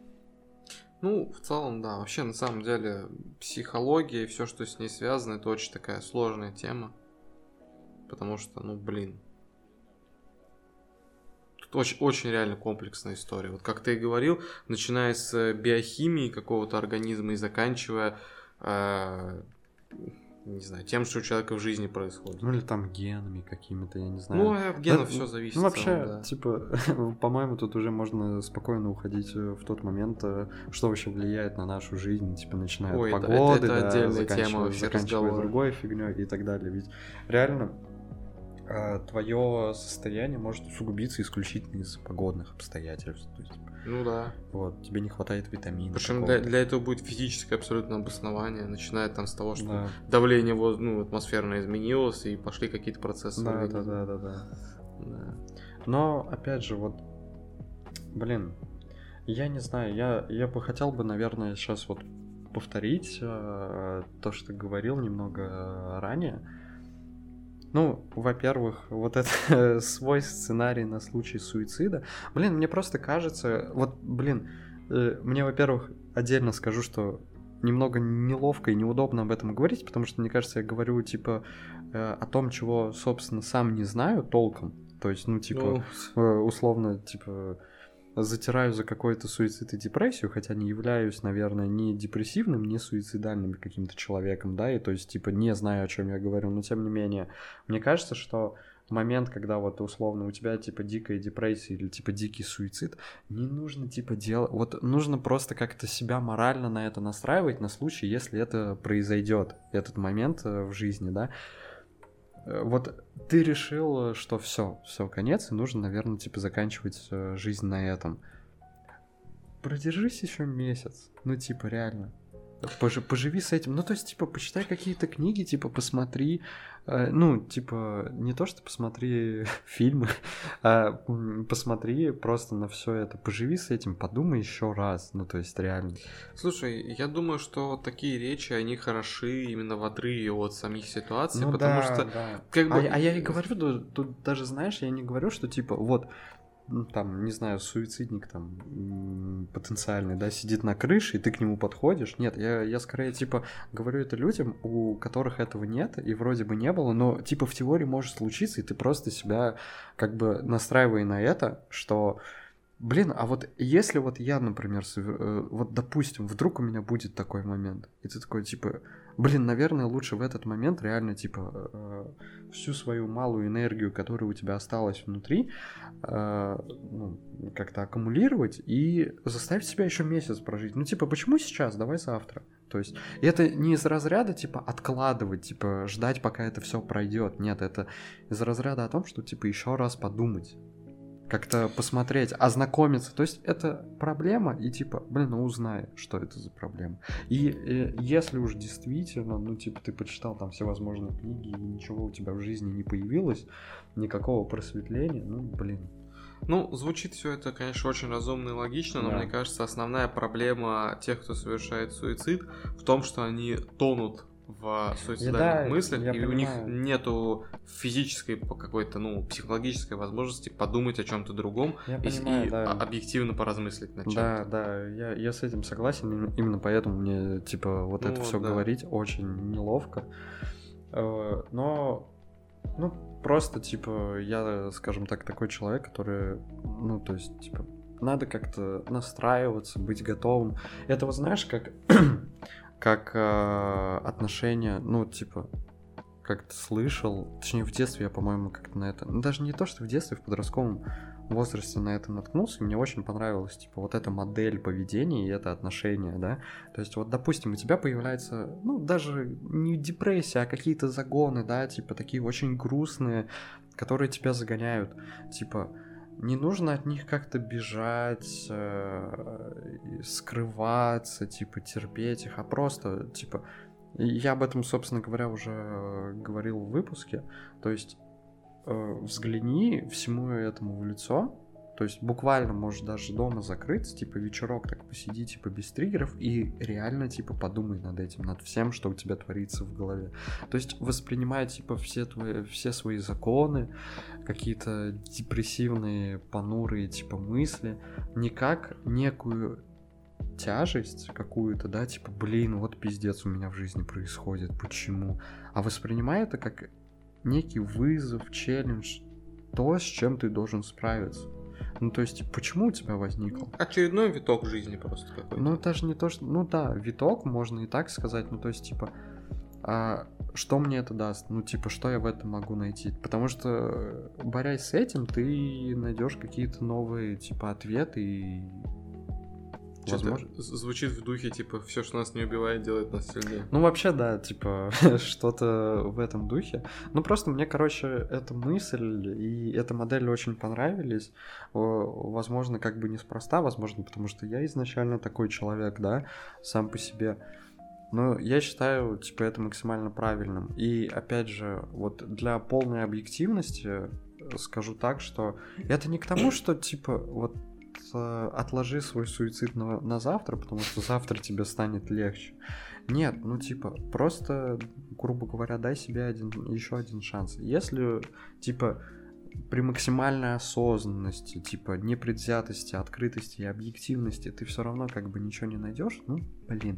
Ну, в целом, да. Вообще, на самом деле, психология и все, что с ней связано, это очень такая сложная тема. Потому что, ну, блин. Тут очень, очень реально комплексная история. Вот как ты и говорил, начиная с биохимии какого-то организма и заканчивая, э, не знаю, тем, что у человека в жизни происходит. Ну или там генами какими-то, я не знаю. Ну, от генов Да, все зависит. Ну в вообще, целом, да. типа, по-моему, тут уже можно спокойно уходить в тот момент, что вообще влияет на нашу жизнь, типа, начиная от Ой, да, это- погоды, это да, отдельная заканчивая, тема вообще заканчивая разговора. другой фигней и так далее. Ведь реально твое состояние может усугубиться исключительно из погодных обстоятельств. То есть, Ну да. вот, тебе не хватает витаминов. Причем для, для этого будет физическое абсолютно обоснование, начиная там с того, что Да. давление воз- ну, атмосферное изменилось, и пошли какие-то процессы. в Да, да, организме. да, да, да. Да. Но, опять же, вот, блин, я не знаю, я, я бы хотел бы, наверное, сейчас вот повторить э, то, что ты говорил немного э, ранее. Ну, во-первых, вот это свой сценарий на случай суицида. Блин, мне просто кажется, вот, блин, э, мне, во-первых, отдельно скажу, что немного неловко и неудобно об этом говорить, потому что, мне кажется, я говорю, типа, э, о том, чего, собственно, сам не знаю толком. То есть, ну, типа, Ну, э, условно, типа, затираю за какой-то суицид и депрессию, хотя не являюсь, наверное, ни депрессивным, ни суицидальным каким-то человеком, да, и то есть, типа, не знаю, о чем я говорю, но тем не менее, мне кажется, что момент, когда вот условно у тебя, типа, дикая депрессия или, типа, дикий суицид, не нужно, типа, делать, вот нужно просто как-то себя морально на это настраивать на случай, если это произойдет, этот момент э, в жизни, да. Вот ты решил, что все, все, конец, и нужно, наверное, типа заканчивать э, жизнь на этом. Продержись еще месяц, ну типа реально. Пож- поживи с этим. Ну, то есть, типа, почитай какие-то книги, типа, посмотри. э, ну, типа, не то, что посмотри фильмы, а м, посмотри просто на все это. Поживи с этим, подумай еще раз. Ну, то есть, реально. слушай, я думаю, что такие речи, они хороши именно в отрыве от самих ситуаций, Ну потому да, что, да. как А, бы... а я и говорю, тут, тут даже, знаешь, я не говорю, что, типа, вот, ну, там, не знаю, суицидник там м, потенциальный, да, сидит на крыше, и ты к нему подходишь. Нет, я, я скорее, типа, говорю это людям, у которых этого нет, и вроде бы не было, но, типа, в теории может случиться, и ты просто себя, как бы, настраивай на это, что, блин, а вот если вот я, например, совер- э, вот, допустим, вдруг у меня будет такой момент, и ты такой, типа, блин, наверное, лучше в этот момент реально, типа, э, всю свою малую энергию, которая у тебя осталась внутри, э, ну, как-то аккумулировать и заставить себя еще месяц прожить. Ну, типа, почему сейчас? Давай завтра. То есть, и это не из разряда, типа, откладывать, типа, ждать, пока это все пройдет. Нет, это из разряда о том, что, типа, еще раз подумать. Как-то посмотреть, ознакомиться. То есть это проблема, и типа, блин, ну узнай, что это за проблема. И э, если уж действительно, ну типа ты почитал там всевозможные книги, и ничего у тебя в жизни не появилось, никакого просветления, ну блин. Ну, звучит все это, конечно, очень разумно и логично, но Да. мне кажется, основная проблема тех, кто совершает суицид, в том, что они тонут в суицидальных Да, мыслях, я и у них понимаю. нету физической, по какой-то, ну, психологической возможности подумать о чем-то другом Я и, понимаю, и да. а- объективно поразмыслить над чем-то. Да, да, я, я с этим согласен, им- именно поэтому мне, типа, вот Ну это вот, все да. говорить очень неловко. Э, Но, ну, просто, типа, я, скажем так, такой человек, который, ну, то есть, типа, надо как-то настраиваться, быть готовым. Это вот знаешь, как, как э, отношения, ну, типа, как-то слышал, точнее, в детстве я, по-моему, как-то на это, ну, даже не то, что в детстве, в подростковом возрасте на это наткнулся, и мне очень понравилась, типа, вот эта модель поведения и это отношение, да, то есть, вот, допустим, у тебя появляется, ну, даже не депрессия, а какие-то загоны, да, типа, такие очень грустные, которые тебя загоняют, типа, не нужно от них как-то бежать, э, и скрываться, типа, терпеть их, а просто, типа, и я об этом, собственно говоря, уже э, говорил в выпуске. То есть э, взгляни всему этому в лицо. То есть буквально можешь даже дома закрыться, типа вечерок так посиди, типа без триггеров, и реально, типа, подумай над этим, над всем, что у тебя творится в голове. То есть воспринимай, типа, все твои, все свои законы, какие-то депрессивные, понурые, типа, мысли, не как некую тяжесть какую-то, да, типа, блин, вот пиздец у меня в жизни происходит, почему? А воспринимай это как некий вызов, челлендж, то, с чем ты должен справиться. Ну, то есть, почему у тебя возникло? Очередной виток жизни просто какой-то. Ну, даже не то, что... Ну, да, виток, можно и так сказать. Ну, то есть, типа, а что мне это даст? Ну, типа, что я в этом могу найти? Потому что, борясь с этим, ты найдешь какие-то новые, типа, ответы и... Что-то Возможно. звучит в духе, типа, все, что нас не убивает, делает нас сильнее. Ну, вообще, да, типа, что-то в этом духе. Ну, просто мне, короче, эта мысль и эта модель очень понравились. О, возможно, как бы неспроста, возможно, потому что я изначально такой человек, да, сам по себе. Но я считаю, типа, это максимально правильным. И, опять же, вот для полной объективности скажу так, что это не к тому, что, типа, вот отложи свой суицид на, на завтра, потому что завтра тебе станет легче. Нет, ну типа, просто, грубо говоря, дай себе один, еще один шанс. Если, типа, при максимальной осознанности, типа, непредвзятости, открытости и объективности ты все равно как бы ничего не найдешь, ну, блин.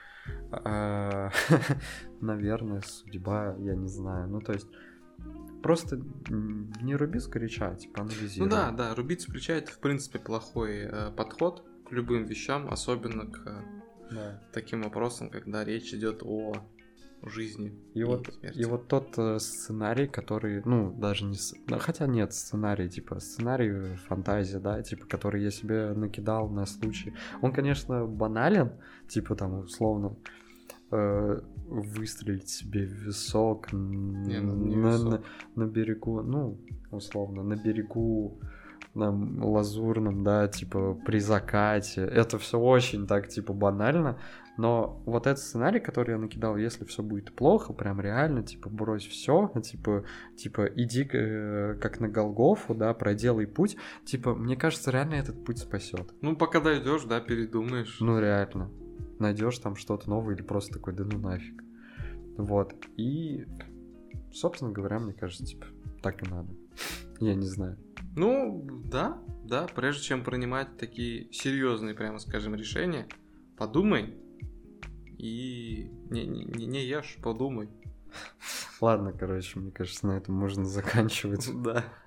Наверное, судьба, я не знаю. Ну, то есть, просто не руби сгоряча, типа, анализируй. Ну да, да, рубить с плеча — это, в принципе, плохой э, подход к любым вещам, особенно к э, да. таким вопросам, когда речь идет о жизни и, и вот, смерти. И вот тот э, сценарий, который, ну, даже не... Хотя нет, сценарий, типа, сценарий фантазия, да, типа, который я себе накидал на случай. Он, конечно, банален, типа, там, условно... Э, выстрелить себе в висок не, ну, не на, висок. На, на берегу, ну, условно, на берегу на лазурном, да, типа при закате. Это все очень так, типа, банально. Но вот этот сценарий, который я накидал, если все будет плохо, прям реально, типа, брось все, типа, типа, иди э, как на Голгофу, да, проделай путь. Типа, мне кажется, реально этот путь спасет. Ну, пока дойдешь, да, передумаешь. Ну, реально. Найдешь там что-то новое или просто такой, да ну нафиг. Вот. И, собственно говоря, мне кажется, типа, так и надо. Я не знаю. Ну, да, да, прежде чем принимать такие серьезные, прямо скажем, решения, подумай и не, не, не ешь, подумай. Ладно, короче, мне кажется, на этом можно заканчивать. Да.